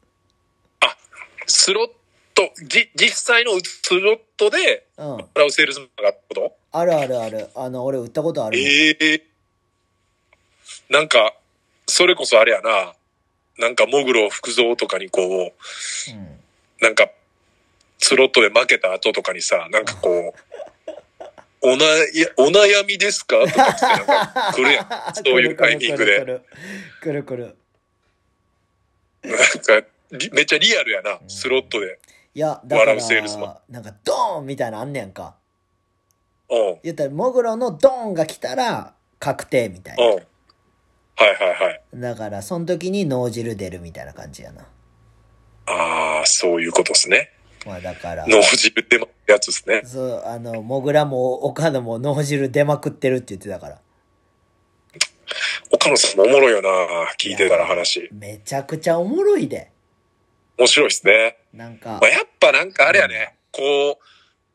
[SPEAKER 2] スロット、じ、実際のスロットで、うん。笑うセールスマンがってこと？
[SPEAKER 1] あるあるある。あの、俺売ったことあるもん。
[SPEAKER 2] ええー。なんか、それこそあれやな。なんか、モグロ福蔵とかにこう、うん、なんか、スロットで負けた後とかにさ、なんかこう、おな、お悩みですかとかってなんか来るやん。そういうタイミングで。
[SPEAKER 1] 来る来る。
[SPEAKER 2] なんか、めっちゃリアルやな、うん、スロットで。
[SPEAKER 1] いや、だから、なんかドーンみたいなのあんねやんか。うん。言ったら、モグロのドーンが来たら、確定みたいな。うん。はい
[SPEAKER 2] はいはい。
[SPEAKER 1] だから、その時に脳汁出るみたいな感じやな。
[SPEAKER 2] ああ、そういうことですね。
[SPEAKER 1] まあだから。
[SPEAKER 2] 脳汁出まくるやつですね。
[SPEAKER 1] そう、あの、モグラも岡野も脳汁出まくってるって言ってたから。
[SPEAKER 2] 岡野さんもおもろいよな、聞いてたら話。
[SPEAKER 1] めちゃくちゃおもろいで。
[SPEAKER 2] 面白いですね。
[SPEAKER 1] なんか。
[SPEAKER 2] まあ、やっぱなんかあれやね、うん、こう、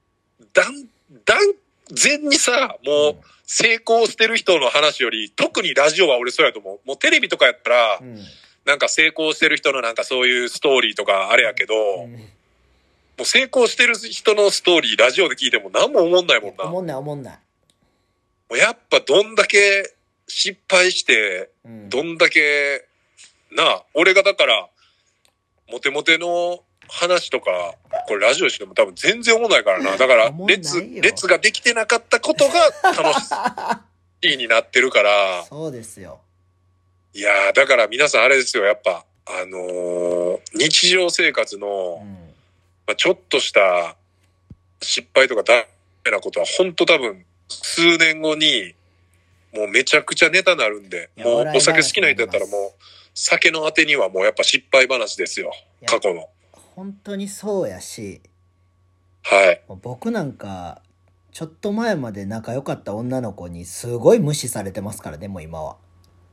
[SPEAKER 2] 断、断然にさ、もう成功してる人の話より、特にラジオは俺そうやと思う。もうテレビとかやったら、うん、なんか成功してる人のなんかそういうストーリーとかあれやけど、うん、もう成功してる人のストーリーラジオで聞いても何も思んないもんな。
[SPEAKER 1] 思んない思んない。
[SPEAKER 2] もうやっぱどんだけ失敗して、うん、どんだけ、なあ、俺がだから、モテモテの話とか、これラジオしても多分全然思わないからな。だから、列、列ができてなかったことが楽しいになってるから。
[SPEAKER 1] そうですよ。
[SPEAKER 2] いやー、だから皆さんあれですよ、やっぱ、あのー、日常生活の、うんまあ、ちょっとした失敗とかダメなことは、本当多分、数年後に、もうめちゃくちゃネタになるんで、もうお酒好きな人だったらもう、酒のあてにはもうやっぱ失敗話ですよ。過去の。
[SPEAKER 1] 本当にそうやし。
[SPEAKER 2] はい。
[SPEAKER 1] 僕なんか、ちょっと前まで仲良かった女の子にすごい無視されてますからね、もう今は。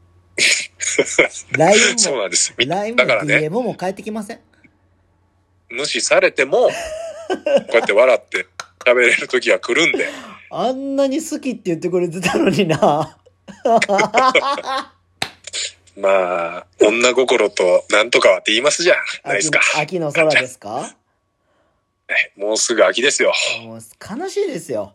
[SPEAKER 1] ライン も、
[SPEAKER 2] そうなんです。
[SPEAKER 1] ライン も ディーエム も返ってきません。
[SPEAKER 2] 無視されても、こうやって笑って喋れる時が来るんで。
[SPEAKER 1] あんなに好きって言ってくれてたのにな。
[SPEAKER 2] まあ、女心となんとかはって言いますじゃないですか。
[SPEAKER 1] 秋の空ですか？
[SPEAKER 2] もうすぐ秋ですよ。
[SPEAKER 1] もう悲しいですよ。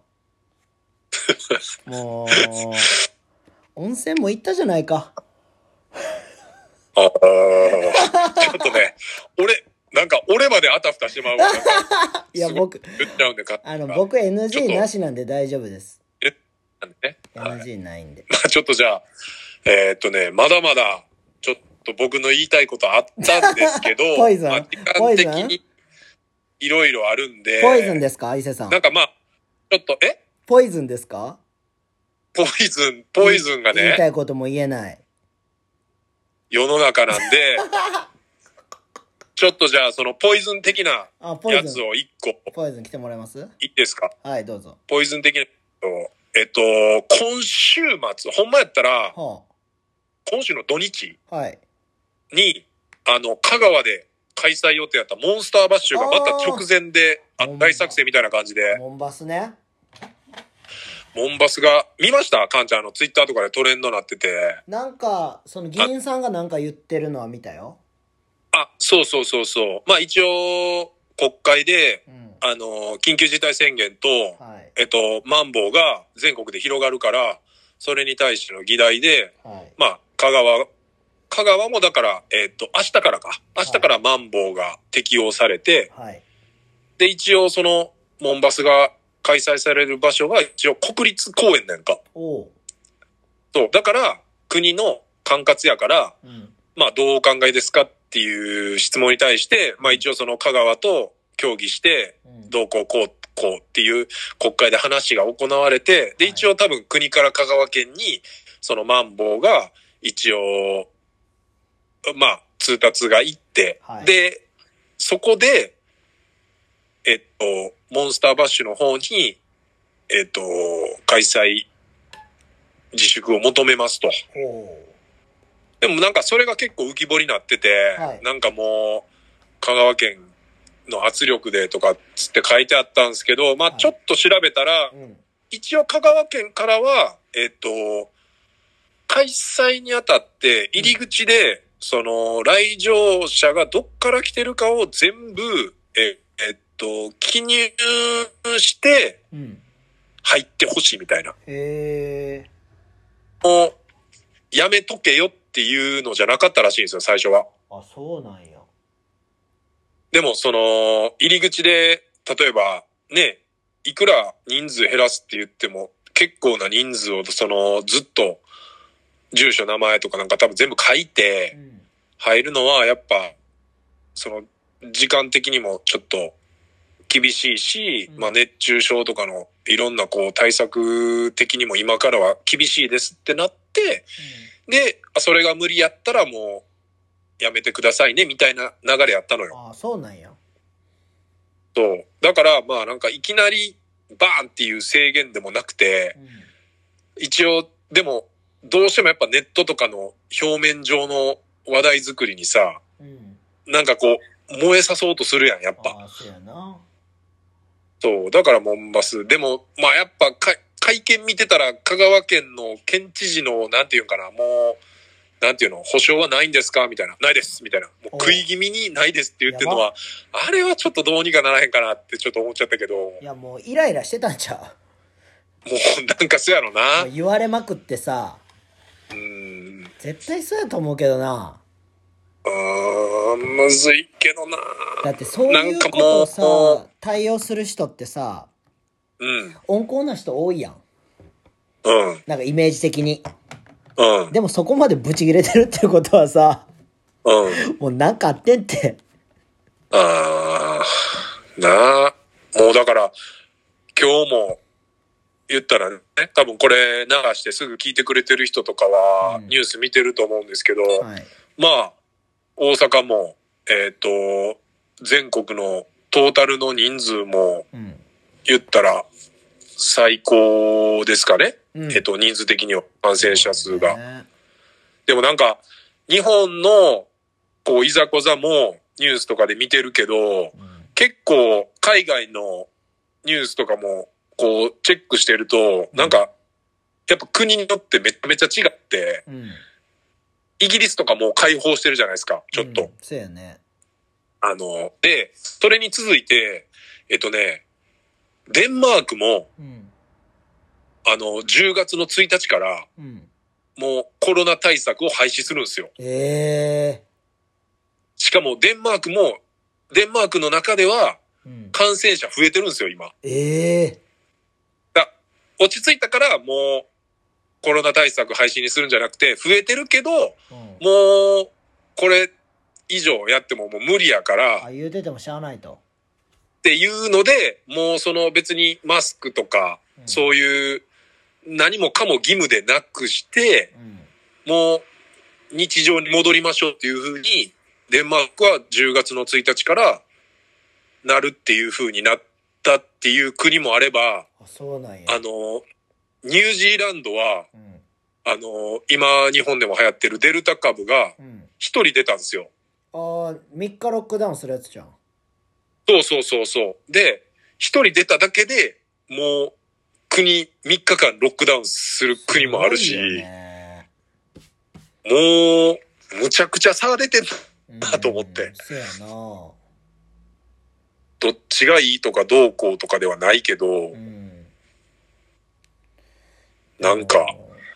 [SPEAKER 1] もう、温泉も行ったじゃないか。
[SPEAKER 2] ああ、ちょっとね、俺、なんか俺まであたふたしてまうわ。
[SPEAKER 1] いや、僕、
[SPEAKER 2] 言っちゃうんでか。
[SPEAKER 1] あの、僕 エヌジー なしなんで大丈夫です。
[SPEAKER 2] え、なんでね。
[SPEAKER 1] エヌジー ないんで。
[SPEAKER 2] まあちょっとじゃあ、えー、っとね、まだまだ、ちょっと僕の言いたいことあったんですけど、
[SPEAKER 1] ポイズン、
[SPEAKER 2] まあ、時間的にいろいろあるんで。
[SPEAKER 1] ポイズンですか伊勢さん。
[SPEAKER 2] なんかまあ、ちょっと、え
[SPEAKER 1] ポイズンですか？
[SPEAKER 2] ポイズン、ポイズンがね。
[SPEAKER 1] 言いたいことも言えない。
[SPEAKER 2] 世の中なんで、ちょっとじゃあそのポイズン的なやつを一個。
[SPEAKER 1] ポイズン来てもらえます？
[SPEAKER 2] いいですか？
[SPEAKER 1] はい、どうぞ。
[SPEAKER 2] ポイズン的な、えっと、今週末、ほんまやったら、はあ、今週の土日に、あの、香川で開催予定やったモンスターバッシュがまた直前で、あ大作戦みたいな感じで。
[SPEAKER 1] モンバスね。
[SPEAKER 2] モンバスが、見ましたカンちゃん、あの、ツイッターとかでトレンドになってて。
[SPEAKER 1] なんか、その議員さんがなんか言ってるのは見たよ。
[SPEAKER 2] あ、そうそうそうそう。まあ一応、国会で、うん、あの、緊急事態宣言と、はい、えっと、マンボウが全国で広がるから、それに対しての議題で、はい、まあ、香川、香川もだから、えっと、明日からか。明日からマンボウが適用されて、はい、で、一応その、モンバスが開催される場所が一応国立公園なんか。おそう。だから、国の管轄やから、うん、まあ、どうお考えですかっていう質問に対して、まあ一応その香川と協議して、どうこうこうこうっていう国会で話が行われて、で、一応多分国から香川県に、そのマンボウが一応、まあ通達が行って、はい、で、そこで、えっと、モンスターバッシュの方に、えっと、開催自粛を求めますと。でもなんかそれが結構浮き彫りになってて、はい、なんかもう、香川県の圧力でとかつって書いてあったんですけど、まあちょっと調べたら、はいうん、一応香川県からは、えっと、開催にあたって入り口で、うん、その来場者がどっから来てるかを全部、え、えっと、記入して入ってほしいみたいな。うん、へー。もう、やめとけよっていうのじゃなかったらしいんですよ、最初は。
[SPEAKER 1] あ、そうなんや。
[SPEAKER 2] でも、その、入り口で、例えば、ね、いくら人数減らすって言っても、結構な人数を、その、ずっと、住所、名前とかなんか多分全部書いて、入るのは、やっぱ、その、時間的にもちょっと、厳しいし、うん、まあ、熱中症とかの、いろんなこう、対策的にも今からは厳しいですってなって、うん、で、それが無理やったらもう、やめてくださいね、みたいな流れやったのよ。
[SPEAKER 1] ああ、そうなんや。
[SPEAKER 2] そう。だから、まあなんかいきなりバーンっていう制限でもなくて、うん、一応、でも、どうしてもやっぱネットとかの表面上の話題作りにさ、うん、なんかこう、燃えさそうとするやん、やっぱ。
[SPEAKER 1] ああ、そうやな。
[SPEAKER 2] そう、だからモンバス。でも、まあやっぱか、会見見てたら、香川県の県知事の、なんていうかな、もう、なんていうの、保証はないんですかみたいな。ないです。みたいな。もう食い気味にないですって言ってるのは、あれはちょっとどうにかならへんかなってちょっと思っちゃったけど。
[SPEAKER 1] いや、もうイライラしてたんちゃ
[SPEAKER 2] うもうなんかそうやろな。
[SPEAKER 1] 言われまくってさ。
[SPEAKER 2] うーん。
[SPEAKER 1] 絶対そうやと思うけどな。
[SPEAKER 2] あー、むずいけどな。
[SPEAKER 1] だってそういうことをさ、対応する人ってさ、
[SPEAKER 2] うん。
[SPEAKER 1] 温厚な人多いやん。
[SPEAKER 2] うん。
[SPEAKER 1] なんかイメージ的に。
[SPEAKER 2] うん。
[SPEAKER 1] でもそこまでブチ切れてるっていうことはさ、
[SPEAKER 2] うん。
[SPEAKER 1] もうなんかあってんって。
[SPEAKER 2] あー、なあ。もうだから、今日も言ったらね、多分これ流してすぐ聞いてくれてる人とかはニュース見てると思うんですけど、うんはい、まあ、大阪も、えっと、全国のトータルの人数も言ったら最高ですかね。うん、えっと、人数的には感染者数が。ね、でもなんか、日本のこういざこざもニュースとかで見てるけど、うん、結構海外のニュースとかもこうチェックしてると、なんかやっぱ国によってめちゃめちゃ違って、うん、イギリスとかもう開放してるじゃないですか、ちょっと。うん、
[SPEAKER 1] そうやね。
[SPEAKER 2] あの、で、それに続いて、えっとね、デンマークも、うん、あの、じゅうがつのついたちから、うん、もうコロナ対策を廃止するんですよ。
[SPEAKER 1] えー。
[SPEAKER 2] しかもデンマークも、デンマークの中では、感染者増えてるんですよ、今。
[SPEAKER 1] ええ
[SPEAKER 2] ー。だ落ち着いたから、もう、コロナ対策廃止にするんじゃなくて、増えてるけど、うん、もう、これ以上やってももう無理やから。
[SPEAKER 1] あ、言うててもしゃあないと。
[SPEAKER 2] っていうので、もうその別にマスクとか、うん、そういう何もかも義務でなくして、うん、もう日常に戻りましょうっていうふうに、デンマークはじゅうがつのついたちからなるっていう風になったっていう国もあれば、
[SPEAKER 1] あ、そうなんや。
[SPEAKER 2] あの、ニュージーランドは、うん、あの、今日本でも流行ってるデルタ株が一人出たんですよ。
[SPEAKER 1] うん、ああ、みっかロックダウンするやつじゃん。
[SPEAKER 2] そうそうそうそう。で、一人出ただけでもう国みっかかんロックダウンする国もあるし、もうむちゃくちゃ差出てるなと思って。
[SPEAKER 1] そうやな。
[SPEAKER 2] どっちがいいとかどうこうとかではないけど、うん、なんか、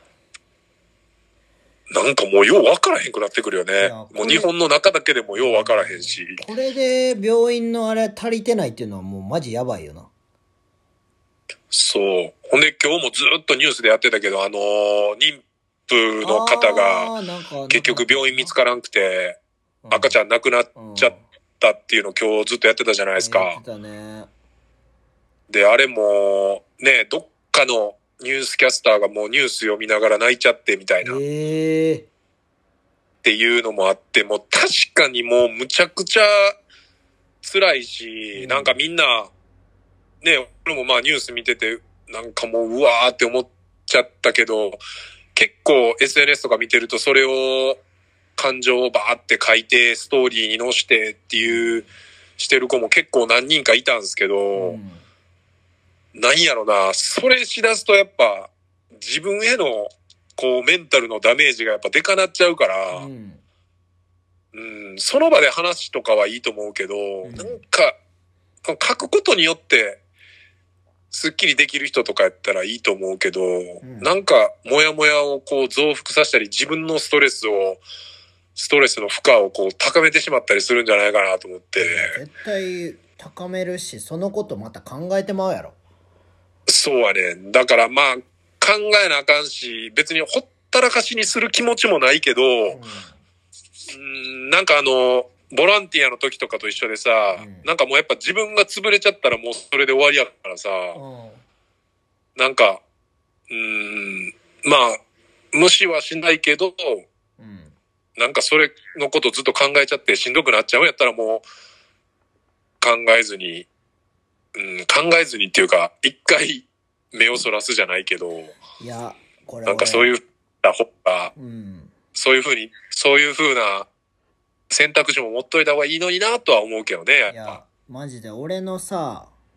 [SPEAKER 2] なんかもうよう分からへんくなってくるよね。もう日本の中だけでもよう分からへんし。
[SPEAKER 1] これで病院のあれ足りてないっていうのはもうマジやばいよな。
[SPEAKER 2] そう。ほんで今日もずっとニュースでやってたけど、あのー、妊婦の方が結局病院見つからんくて、赤ちゃん亡くなっちゃったっていうのを今日ずっとやってたじゃないですか。
[SPEAKER 1] やってたね。
[SPEAKER 2] で、あれもね、どっかのニュースキャスターがもうニュース読みながら泣いちゃってみたいな。
[SPEAKER 1] えー、
[SPEAKER 2] っていうのもあって、もう確かにもうむちゃくちゃ辛いし、うん、なんかみんな、ね、俺もまあニュース見てて、なんかもううわーって思っちゃったけど、結構 エスエヌエス とか見てるとそれを感情をバーって書いてストーリーに載してっていうしてる子も結構何人かいたんですけど、うん、なんやろな、それしだすとやっぱ自分へのこうメンタルのダメージがやっぱでかなっちゃうから、うん、うん、その場で話とかはいいと思うけど、うん、なんか書くことによってスッキリできる人とかやったらいいと思うけど、うん、なんかモヤモヤをこう増幅させたり自分のストレスをストレスの負荷をこう高めてしまったりするんじゃないかなと思って。
[SPEAKER 1] 絶対高めるし、そのことまた考えてまうやろ。
[SPEAKER 2] そうはね。だからまあ考えなあかんし、別にほったらかしにする気持ちもないけど、うん、うんなんかあの、ボランティアの時とかと一緒でさ、うん、なんかもうやっぱ自分が潰れちゃったらもうそれで終わりやからさ、うん、なんか、うーん、まあ、無視はしないけど、うん、なんかそれのことずっと考えちゃってしんどくなっちゃうんやったらもう考えずに、うん、考えずにっていうか、一回目をそらすじゃないけど、
[SPEAKER 1] いや、これ
[SPEAKER 2] なんかそういう方が、うん、そういうふうに、そういうふうな選択肢も持っといた方がいいのになとは思うけどね。やっぱ
[SPEAKER 1] いや、マジで俺のさ、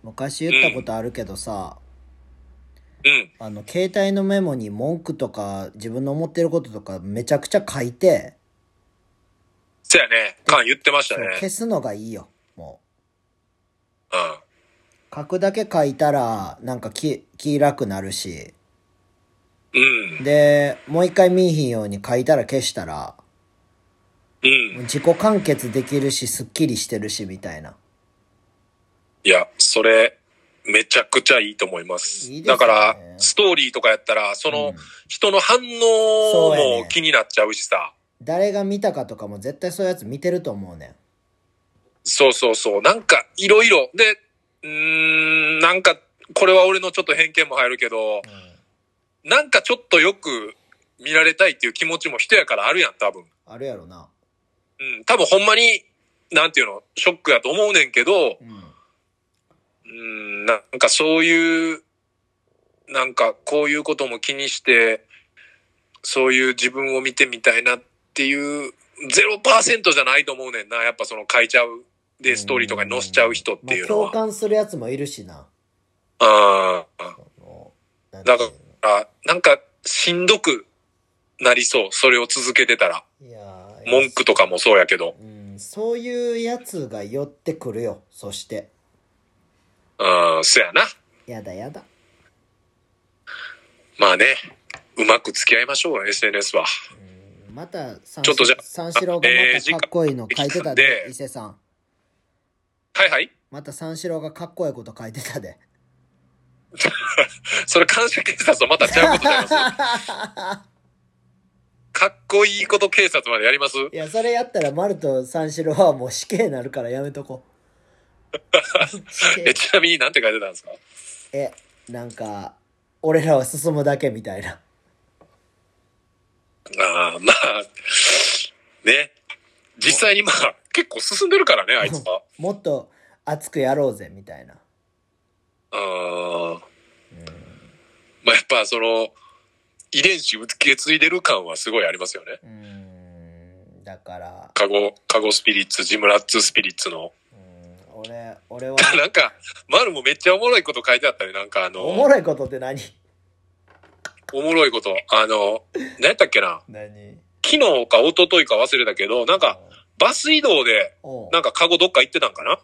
[SPEAKER 1] 昔言ったことあるけどさ、
[SPEAKER 2] うん。
[SPEAKER 1] あの、携帯のメモに文句とか、自分の思ってることとかめちゃくちゃ書いて、
[SPEAKER 2] そやね。カン言ってましたね。
[SPEAKER 1] 消すのがいいよ、も
[SPEAKER 2] う。うん。
[SPEAKER 1] 書くだけ書いたら、なんか気、気楽なるし、
[SPEAKER 2] うん。
[SPEAKER 1] で、もう一回見えひんように書いたら消したら、
[SPEAKER 2] うん。
[SPEAKER 1] 自己完結できるし、スッキリしてるし、みたいな。
[SPEAKER 2] いや、それ、めちゃくちゃいいと思います。いいですね。だから、ストーリーとかやったら、その、人の反応も気になっちゃうしさ、
[SPEAKER 1] うん。誰が見たかとかも絶対そういうやつ見てると思うねん。
[SPEAKER 2] そうそうそう。なんか、いろいろ。で、うーん、なんか、これは俺のちょっと偏見も入るけど、うん、なんかちょっとよく見られたいっていう気持ちも人やからあるやん、多分。
[SPEAKER 1] あるやろな。
[SPEAKER 2] うん、多分ほんまに、なんていうの、ショックやと思うねんけど、うん、うん、なんかそういう、なんかこういうことも気にして、そういう自分を見てみたいなっていう、ゼロパーセントじゃないと思うねんな。やっぱその書いちゃう。で、ストーリーとかに載せちゃう人っていうのは。
[SPEAKER 1] まあ、共感するやつもいるしな。
[SPEAKER 2] ああ。だから、なんか、しんどくなりそう。それを続けてたら。いや文句とかもそうやけど。
[SPEAKER 1] うん、そういうやつが寄ってくるよ。そして。
[SPEAKER 2] うん、そやな。
[SPEAKER 1] やだやだ。
[SPEAKER 2] まあね、うまく付き合いましょう、エスエヌエス は。
[SPEAKER 1] うん、また、
[SPEAKER 2] ちょっとじゃ
[SPEAKER 1] 三四郎がまたかっこいいの書いてたで、伊勢さん。
[SPEAKER 2] はいはい。
[SPEAKER 1] また三四郎がかっこいいこと書いてたで。
[SPEAKER 2] それ感謝警察とまたちゃうことちゃいますよ。かっこいいこと警察までやります？
[SPEAKER 1] いや、それやったら丸と三四郎はもう死刑になるからやめとこう。
[SPEAKER 2] え、ちなみになんて書いてたんですか？
[SPEAKER 1] え、なんか、俺らは進むだけみたいな。
[SPEAKER 2] ああ、まあ、ね。実際にまあ、結構進んでるからね、あいつは。
[SPEAKER 1] もっと熱くやろうぜ、みたいな。
[SPEAKER 2] ああ。うん。まあやっぱその、遺伝子受け継いでる感はすごいありますよね。
[SPEAKER 1] うん。だから。
[SPEAKER 2] カゴ、カゴスピリッツ、ジムラッツスピリッツの。
[SPEAKER 1] うん。俺、俺は。
[SPEAKER 2] なんか、マルもめっちゃおもろいこと書いてあったり、なんかあの。
[SPEAKER 1] おもろいことって何？
[SPEAKER 2] おもろいこと。あの、何やったっけな。
[SPEAKER 1] 何？
[SPEAKER 2] 昨日か一昨日か忘れたけど、なんか、バス移動で、なんかカゴどっか行ってたんかな？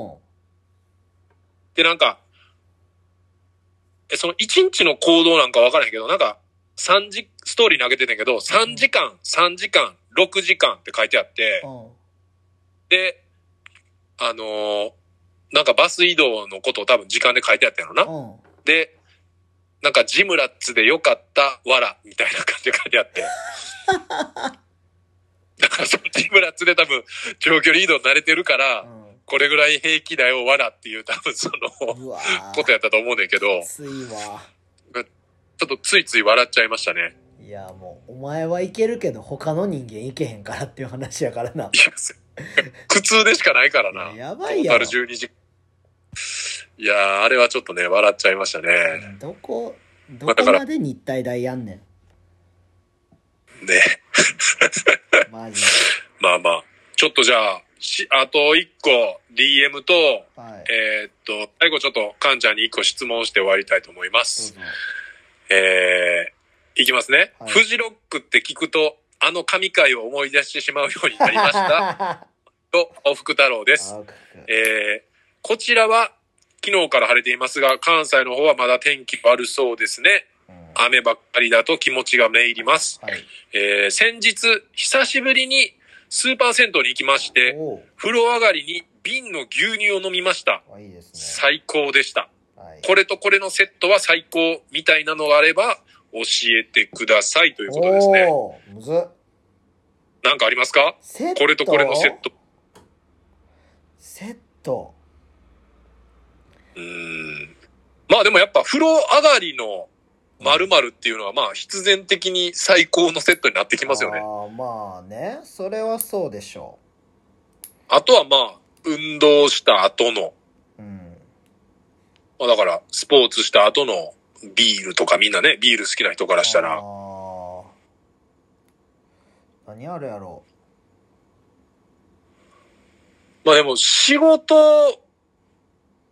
[SPEAKER 2] で、なんか、え、その一日の行動なんか分からへんけど、なんか、三時、ストーリー投げてんねんけど、さんじかん、さんじかん、ろくじかんって書いてあって、で、あのー、なんかバス移動のことを多分時間で書いてあったんやろな。で、なんかジムラッツでよかったわらみたいな感じで書いてあって。だからそのジムラッツで多分長距離移動慣れてるから、うん、これぐらい平気だよわらっていう多分そのことやったと思うねんけど。
[SPEAKER 1] ついわ。
[SPEAKER 2] ちょっとついつい笑っちゃいましたね。
[SPEAKER 1] いやもうお前はいけるけど他の人間いけへんからっていう話やからな。いや
[SPEAKER 2] 苦痛でしかないからな。
[SPEAKER 1] いや、やばいやろ。
[SPEAKER 2] トータルじゅうにじ。いやーあれはちょっとね笑っちゃいましたね。
[SPEAKER 1] どこどこまで日体大やんねん。
[SPEAKER 2] ね。マジで。まあまあちょっとじゃあしあと一個 ディーエム と、はい、えー、っと最後ちょっとカンちゃんに一個質問して終わりたいと思います。えー、いきますね。はい、フジロックって聞くとあの神回を思い出してしまうようになりました。とおふく太郎です。えー、こちらは昨日から晴れていますが、関西の方はまだ天気悪そうですね。うん、雨ばっかりだと気持ちがめいります。はい、えー、先日、久しぶりにスーパー銭湯に行きまして、風呂上がりに瓶の牛乳を飲みました。いいですね、最高でした。はい、これとこれのセットは最高みたいなのがあれば教えてくださいということですね。おー、むずっ。なんかありますか？これとこれのセット。
[SPEAKER 1] セット。
[SPEAKER 2] うーん。まあでもやっぱ風呂上がりの〇〇っていうのはまあ必然的に最高のセットになってきますよね。
[SPEAKER 1] ああ、まあね。それはそうでしょ
[SPEAKER 2] う。あとはまあ、運動した後の。うん。まあだから、スポーツした後のビールとかみんなね、ビール好きな人からしたら。ああ。
[SPEAKER 1] 何あるやろ
[SPEAKER 2] う。まあでも仕事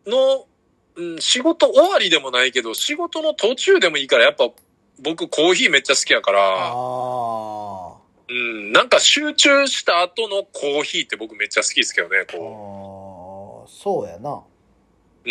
[SPEAKER 2] の、うん、仕事終わりでもないけど、仕事の途中でもいいから、やっぱ僕コーヒーめっちゃ好きやから、あうん、なんか集中した後のコーヒーって僕めっちゃ好きですけどね、
[SPEAKER 1] こう。あそうやな。
[SPEAKER 2] うん。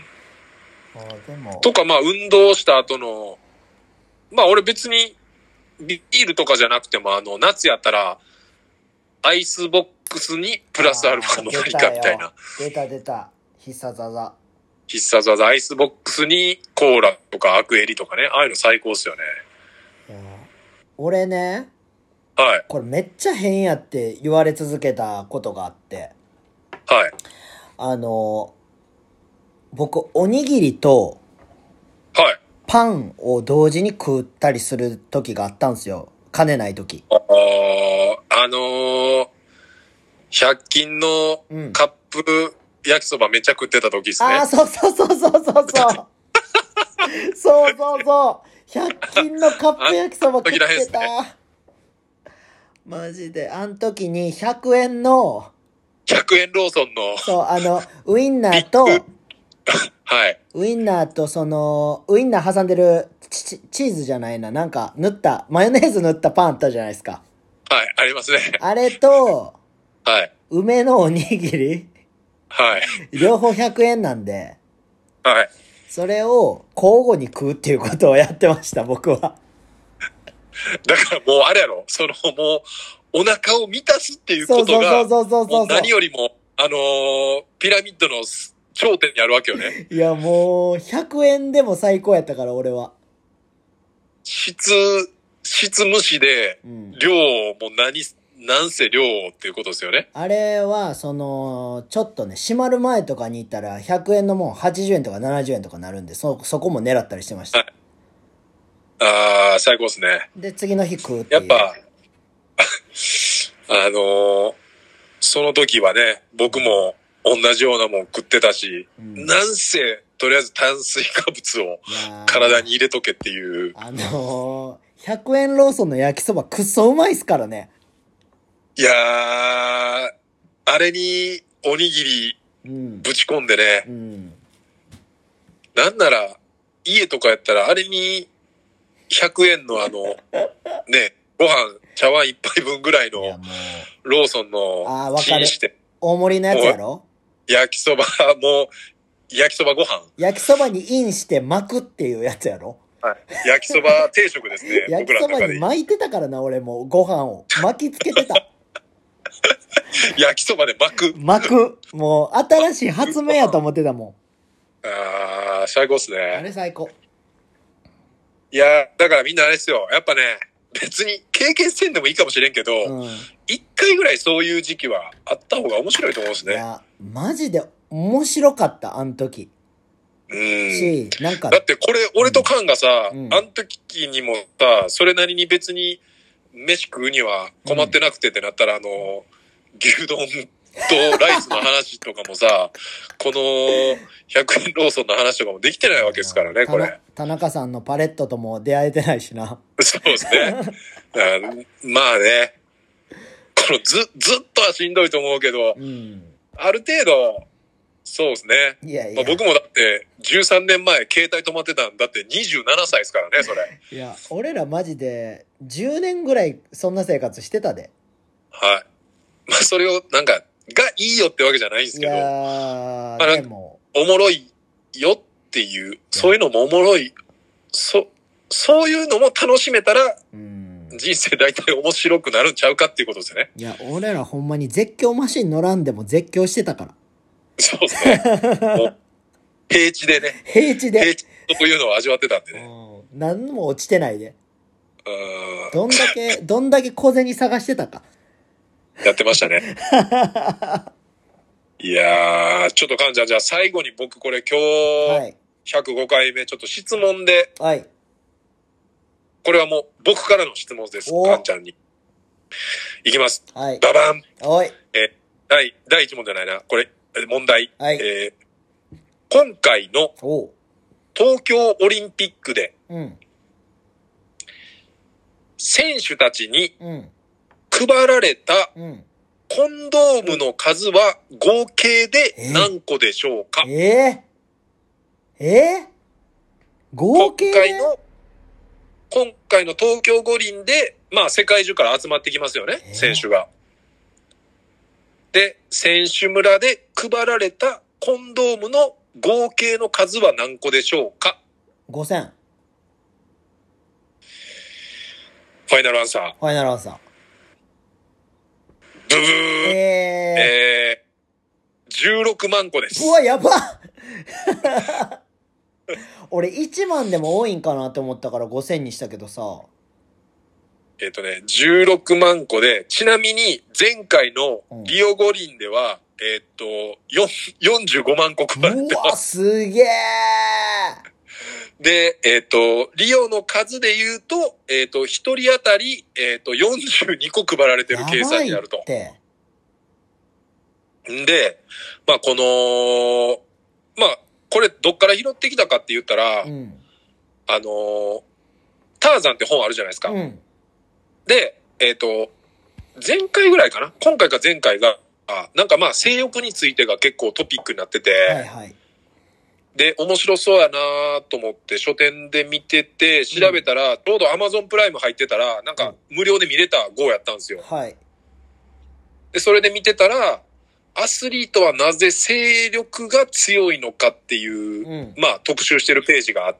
[SPEAKER 1] あでも。
[SPEAKER 2] とか、まあ運動した後の、まあ俺別にビールとかじゃなくても、あの、夏やったら、アイスボックスにプラスアルファの何かみたいな。
[SPEAKER 1] 出た出た。必殺技。
[SPEAKER 2] 必殺技、アイスボックスにコーラとかアクエリとかね、ああいうの最高っすよね。
[SPEAKER 1] いや俺ね、
[SPEAKER 2] はい。
[SPEAKER 1] これめっちゃ変やって言われ続けたことがあって。
[SPEAKER 2] はい。
[SPEAKER 1] あの、僕、おにぎりと、
[SPEAKER 2] はい。
[SPEAKER 1] パンを同時に食ったりする時があったんですよ。金ない時。
[SPEAKER 2] ああ、あのー、ひゃく均のカップ焼きそばめっちゃ食ってた時ですね。
[SPEAKER 1] ああ、そうそうそうそうそうそう。そうそうそう。ひゃく均のカップ焼きそば食ってた。ね、マジで。あん時にひゃくえんの、
[SPEAKER 2] ひゃくえんローソンの。
[SPEAKER 1] そう、あの、ウインナーと、
[SPEAKER 2] はい。
[SPEAKER 1] ウインナーとその、ウインナー挟んでるチ、チーズじゃないな。なんか、塗った、マヨネーズ塗ったパンあったじゃないですか。
[SPEAKER 2] はい、ありますね。
[SPEAKER 1] あれと、
[SPEAKER 2] はい。
[SPEAKER 1] 梅のおにぎり
[SPEAKER 2] はい。
[SPEAKER 1] 両方ひゃくえんなんで、
[SPEAKER 2] はい。
[SPEAKER 1] それを交互に食うっていうことをやってました、僕は。
[SPEAKER 2] だからもうあれやろ、そのもう、お腹を満たすっていうことが、何よりも、あのー、ピラミッドの頂点にあるわけよね。
[SPEAKER 1] いやもう、ひゃくえんでも最高やったから、俺は。
[SPEAKER 2] 質、質無視で、量も何、なんせ量っていうことですよね。
[SPEAKER 1] あれは、その、ちょっとね、閉まる前とかに行ったら、ひゃくえんのもんはちじゅうえんとかななじゅうえんとかなるんで、そ、そこも狙ったりしてました。はい、
[SPEAKER 2] ああ、最高ですね。
[SPEAKER 1] で、次の日食うっていう。
[SPEAKER 2] やっぱ、あのー、その時はね、僕も同じようなもん食ってたし、うん、なんせ、とりあえず炭水化物を体に入れとけっていう。
[SPEAKER 1] あのー、ひゃくえんローソンの焼きそばくっそうまいっすからね。
[SPEAKER 2] いやー、あれにおにぎりぶち込んでね、うんうん、なんなら家とかやったらあれにひゃくえんのあの、ね、ご飯、茶碗一杯分ぐらいのローソンのチンして。
[SPEAKER 1] 大盛りのやつやろ？
[SPEAKER 2] 焼きそば、もう、焼きそばご飯。
[SPEAKER 1] 焼きそばにインして巻くっていうやつやろ？
[SPEAKER 2] はい。焼きそば定食ですね。
[SPEAKER 1] 焼きそばに巻いてたからな、俺もご飯を。巻きつけてた。
[SPEAKER 2] 焼きそばで巻く。
[SPEAKER 1] 巻く。もう、新しい発明やと思ってたも
[SPEAKER 2] ん。あー、最高っすね。
[SPEAKER 1] あれ最高。
[SPEAKER 2] いや、だからみんなあれですよ。やっぱね、別に経験せんでもいいかもしれんけど、一、うん、回ぐらいそういう時期はあった方が面白いと思うんですね。いや、
[SPEAKER 1] マジで面白かった、あの時。
[SPEAKER 2] うん。し、なんか。だってこれ、俺とカンがさ、うん、あの時にもさ、それなりに別に飯食うには困ってなくてってなったら、うん、あの、牛丼とライスの話とかもさ、このひゃくえんローソンの話とかもできてないわけですからね、これ。
[SPEAKER 1] 田中さんのパレットとも出会えてないしな。
[SPEAKER 2] そうですね。まあね、このず、ずっとはしんどいと思うけど、うん、ある程度、そうですね。いやいや、まあ、僕もだってじゅうさんねんまえ携帯止まってたんだってにじゅうななさいですからね、それ。
[SPEAKER 1] いや、俺らマジでじゅうねんぐらいそんな生活してたで。
[SPEAKER 2] はい。まあそれをなんか、がいいよってわけじゃないんですけど、いやまあ、でもおもろいよっていう、そういうのもおもろい、そ、そういうのも楽しめたら、うん、人生大体面白くなるんちゃうかっていうことですよね。
[SPEAKER 1] いや、俺らほんまに絶叫マシン乗らんでも絶叫してたから。
[SPEAKER 2] そうですね。もう平地でね。
[SPEAKER 1] 平地で。
[SPEAKER 2] 平地というのを味わってたんでね。
[SPEAKER 1] うん、何も落ちてないで。どんだけ、どんだけ小銭探してたか。
[SPEAKER 2] やってましたね。いやー、ちょっとカンちゃん、じゃあ最後に僕これ今日、ひゃくごかいめ、ちょっと質問で、はい。これはもう僕からの質問です、カンちゃんに。いきます。はい。ババン。
[SPEAKER 1] はい。
[SPEAKER 2] え、第、第一問じゃないな。これ、問題。はい。えー、今回の東京オリンピックで、うん、選手たちに、うん配られたコンドームの数は合計で何個でしょうか？
[SPEAKER 1] えー、えー、合計で？
[SPEAKER 2] 今回の、今回の東京五輪で、まあ世界中から集まってきますよね、えー、選手が。で、選手村で配られたコンドームの合計の数は何個でしょうか？
[SPEAKER 1] ごせん。
[SPEAKER 2] ファイナルアンサー。
[SPEAKER 1] ファイナルアンサー。
[SPEAKER 2] ブブー。えー。えー、じゅうろくまんこです。
[SPEAKER 1] うわ、やば俺いちまんでも多いんかなって思ったからごせんにしたけどさ。
[SPEAKER 2] えっとね、じゅうろくまんこで、ちなみに前回のリオ五輪では、うん、えっと、よんじゅうごまんこ配られてます。
[SPEAKER 1] うわ、すげー。
[SPEAKER 2] で、えっと、リオの数で言うと、えっと、一人当たり、えっと、よんじゅうにこ配られてる計算になると。
[SPEAKER 1] やばいって。
[SPEAKER 2] んで、まあ、この、まあ、これどっから拾ってきたかって言ったら、うん、あの、ターザンって本あるじゃないですか。うん、で、えっと、前回ぐらいかな？今回か前回が、あなんかまあ、性欲についてが結構トピックになってて、はいはい、で、面白そうやなと思って書店で見てて、調べたら、うん、ちょうど Amazon プライム入ってたら、なんか無料で見れた号やったんですよ。はい。で、それで見てたら、アスリートはなぜ勢力が強いのかっていう、うん、まあ特集してるページがあって、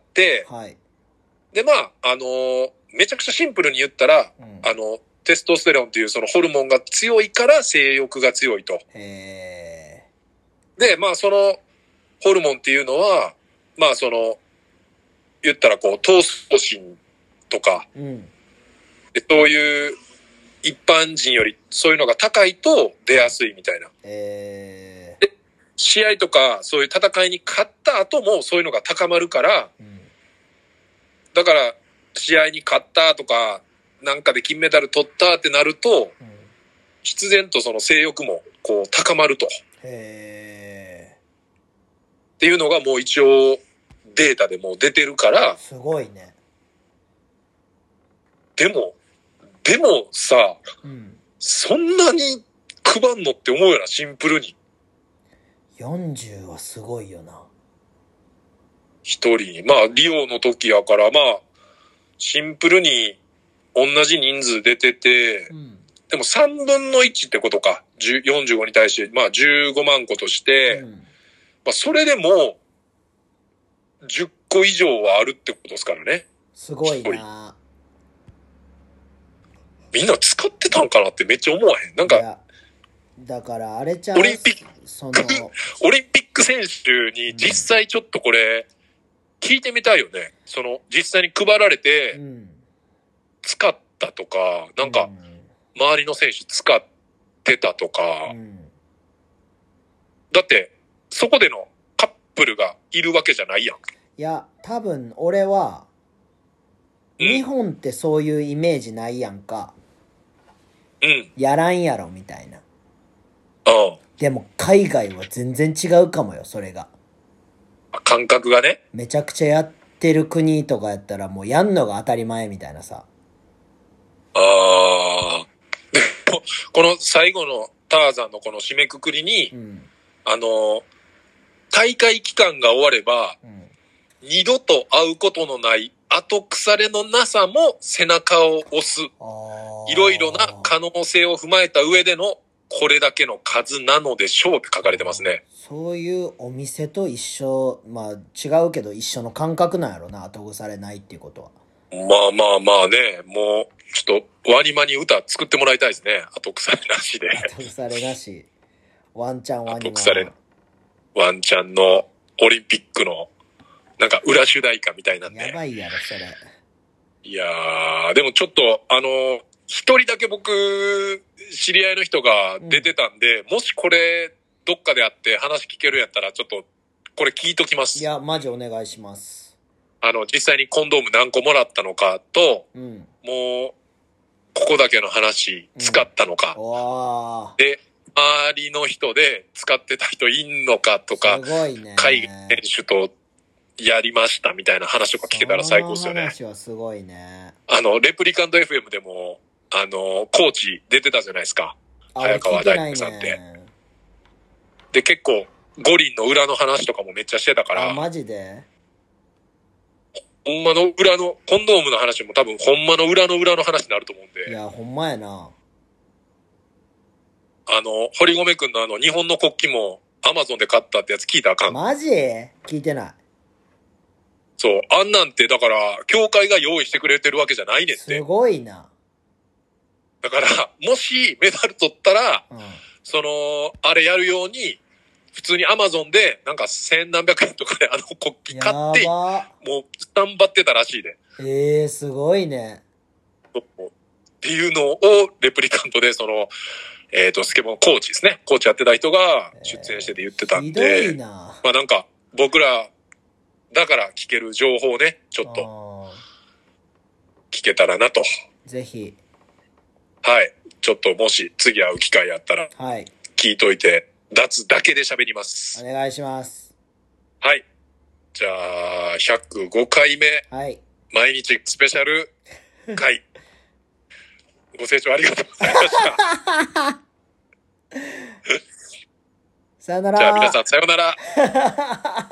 [SPEAKER 2] はい。で、まあ、あのー、めちゃくちゃシンプルに言ったら、うん、あの、テストステロンっていうそのホルモンが強いから性欲が強いと。へー。で、まあその、ホルモンっていうのは、まあその、言ったらこう、闘争心とか、うん、でそういう一般人よりそういうのが高いと出やすいみたいな。えー、で試合とかそういう戦いに勝った後もそういうのが高まるから、うん、だから試合に勝ったとか、なんかで金メダル取ったってなると、うん、必然とその性欲もこう高まると。へーっていうのがもう一応データでもう出てるから。
[SPEAKER 1] すごいね。
[SPEAKER 2] でも、でもさ、うん、そんなに配んのって思うよな、シンプルに。
[SPEAKER 1] よんじゅうはすごいよな。
[SPEAKER 2] 一人に。まあ、リオの時やから、まあ、シンプルに同じ人数出てて、うん、でもさんぶんのいちってことか。よんじゅうごに対して、まあじゅうごまんことして、うん、まあそれでもじゅっこ以上はあるってことですからね。
[SPEAKER 1] すごいな。
[SPEAKER 2] みんな使ってたんかなってめっちゃ思わへん。なんか、
[SPEAKER 1] だからあれちゃう。
[SPEAKER 2] オリンピック、そのオリンピック選手に実際ちょっとこれ聞いてみたいよね。その実際に配られて使ったとか、なんか周りの選手使ってたとか、だってそこでのカップルがいるわけじゃないやん。
[SPEAKER 1] いや、多分俺は、日本ってそういうイメージないやんか。うん。やらんやろみたいな。ああ。でも海外は全然違うかもよ、それが。
[SPEAKER 2] 感覚がね。
[SPEAKER 1] めちゃくちゃやってる国とかやったらもうやんのが当たり前みたいなさ。
[SPEAKER 2] ああ。でも、この最後のターザンのこの締めくくりに、うん、あの、大会期間が終われば、うん、二度と会うことのない後腐れのなさも背中を押す。いろいろな可能性を踏まえた上でのこれだけの数なのでしょうって書かれてますね。
[SPEAKER 1] そういうお店と一緒、まあ違うけど一緒の感覚なんやろな、後腐れないっていうことは。
[SPEAKER 2] まあまあまあね、もうちょっとワニマに歌作ってもらいたいですね。後腐れなしで。
[SPEAKER 1] 後腐れなし。ワンチャンワニマ。
[SPEAKER 2] 後腐れ、ワンチャンのオリンピックのなんか裏主題歌みたいなんで。
[SPEAKER 1] やばいやろ、それ。
[SPEAKER 2] いやー、でもちょっと、あの、一人だけ僕、知り合いの人が出てたんで、うん、もしこれ、どっかであって話聞けるんやったら、ちょっと、これ聞いときます。
[SPEAKER 1] いや、マジお願いします。
[SPEAKER 2] あの、実際にコンドーム何個もらったのかと、うん、もう、ここだけの話、使ったのか。うん、わー。で、周りの人で使ってた人いんのかとか、
[SPEAKER 1] すごいね。
[SPEAKER 2] 海外選手と、やりましたみたいな話とか聞けたら最高ですよね。
[SPEAKER 1] 話はすごいね。
[SPEAKER 2] あの、レプリカント エフエム でも、あの、コーチ出てたじゃないですか。
[SPEAKER 1] あ
[SPEAKER 2] 早川大輔さんって。で、結構、五輪の裏の話とかもめっちゃしてたから。
[SPEAKER 1] あ、マジで？
[SPEAKER 2] ほんまの裏の、コンドームの話も多分ほんまの裏の裏の話になると思うんで。
[SPEAKER 1] いや、ほんまやな。
[SPEAKER 2] あの、堀米くんのあの、日本の国旗もアマゾンで買ったってやつ聞いたらあかん。
[SPEAKER 1] マジ？聞いてない。
[SPEAKER 2] そう。あんなんて、だから、協会が用意してくれてるわけじゃないねんって。
[SPEAKER 1] すごいな。
[SPEAKER 2] だから、もしメダル取ったら、うん、その、あれやるように、普通にアマゾンで、なんか千何百円とかであの国旗買って、もう、スタンバってたらしいで。
[SPEAKER 1] ええー、すごいね。
[SPEAKER 2] っていうのを、レプリカントで、その、えっ、ー、と、スケボーのコーチですね。コーチやってた人が出演してて言ってたんで。
[SPEAKER 1] えー、ひどいな。
[SPEAKER 2] まあなんか、僕ら、だから聞ける情報ね、ちょっと、聞けたらなと。
[SPEAKER 1] ぜひ。
[SPEAKER 2] はい。ちょっともし次会う機会あったら、はい。聞いといて、脱だけで喋ります。
[SPEAKER 1] お願いします。
[SPEAKER 2] はい。じゃあ、ひゃくごかいめ。はい。毎日スペシャル回。ご清聴ありがとうございました。
[SPEAKER 1] さよなら。
[SPEAKER 2] じゃあ皆さんさよなら。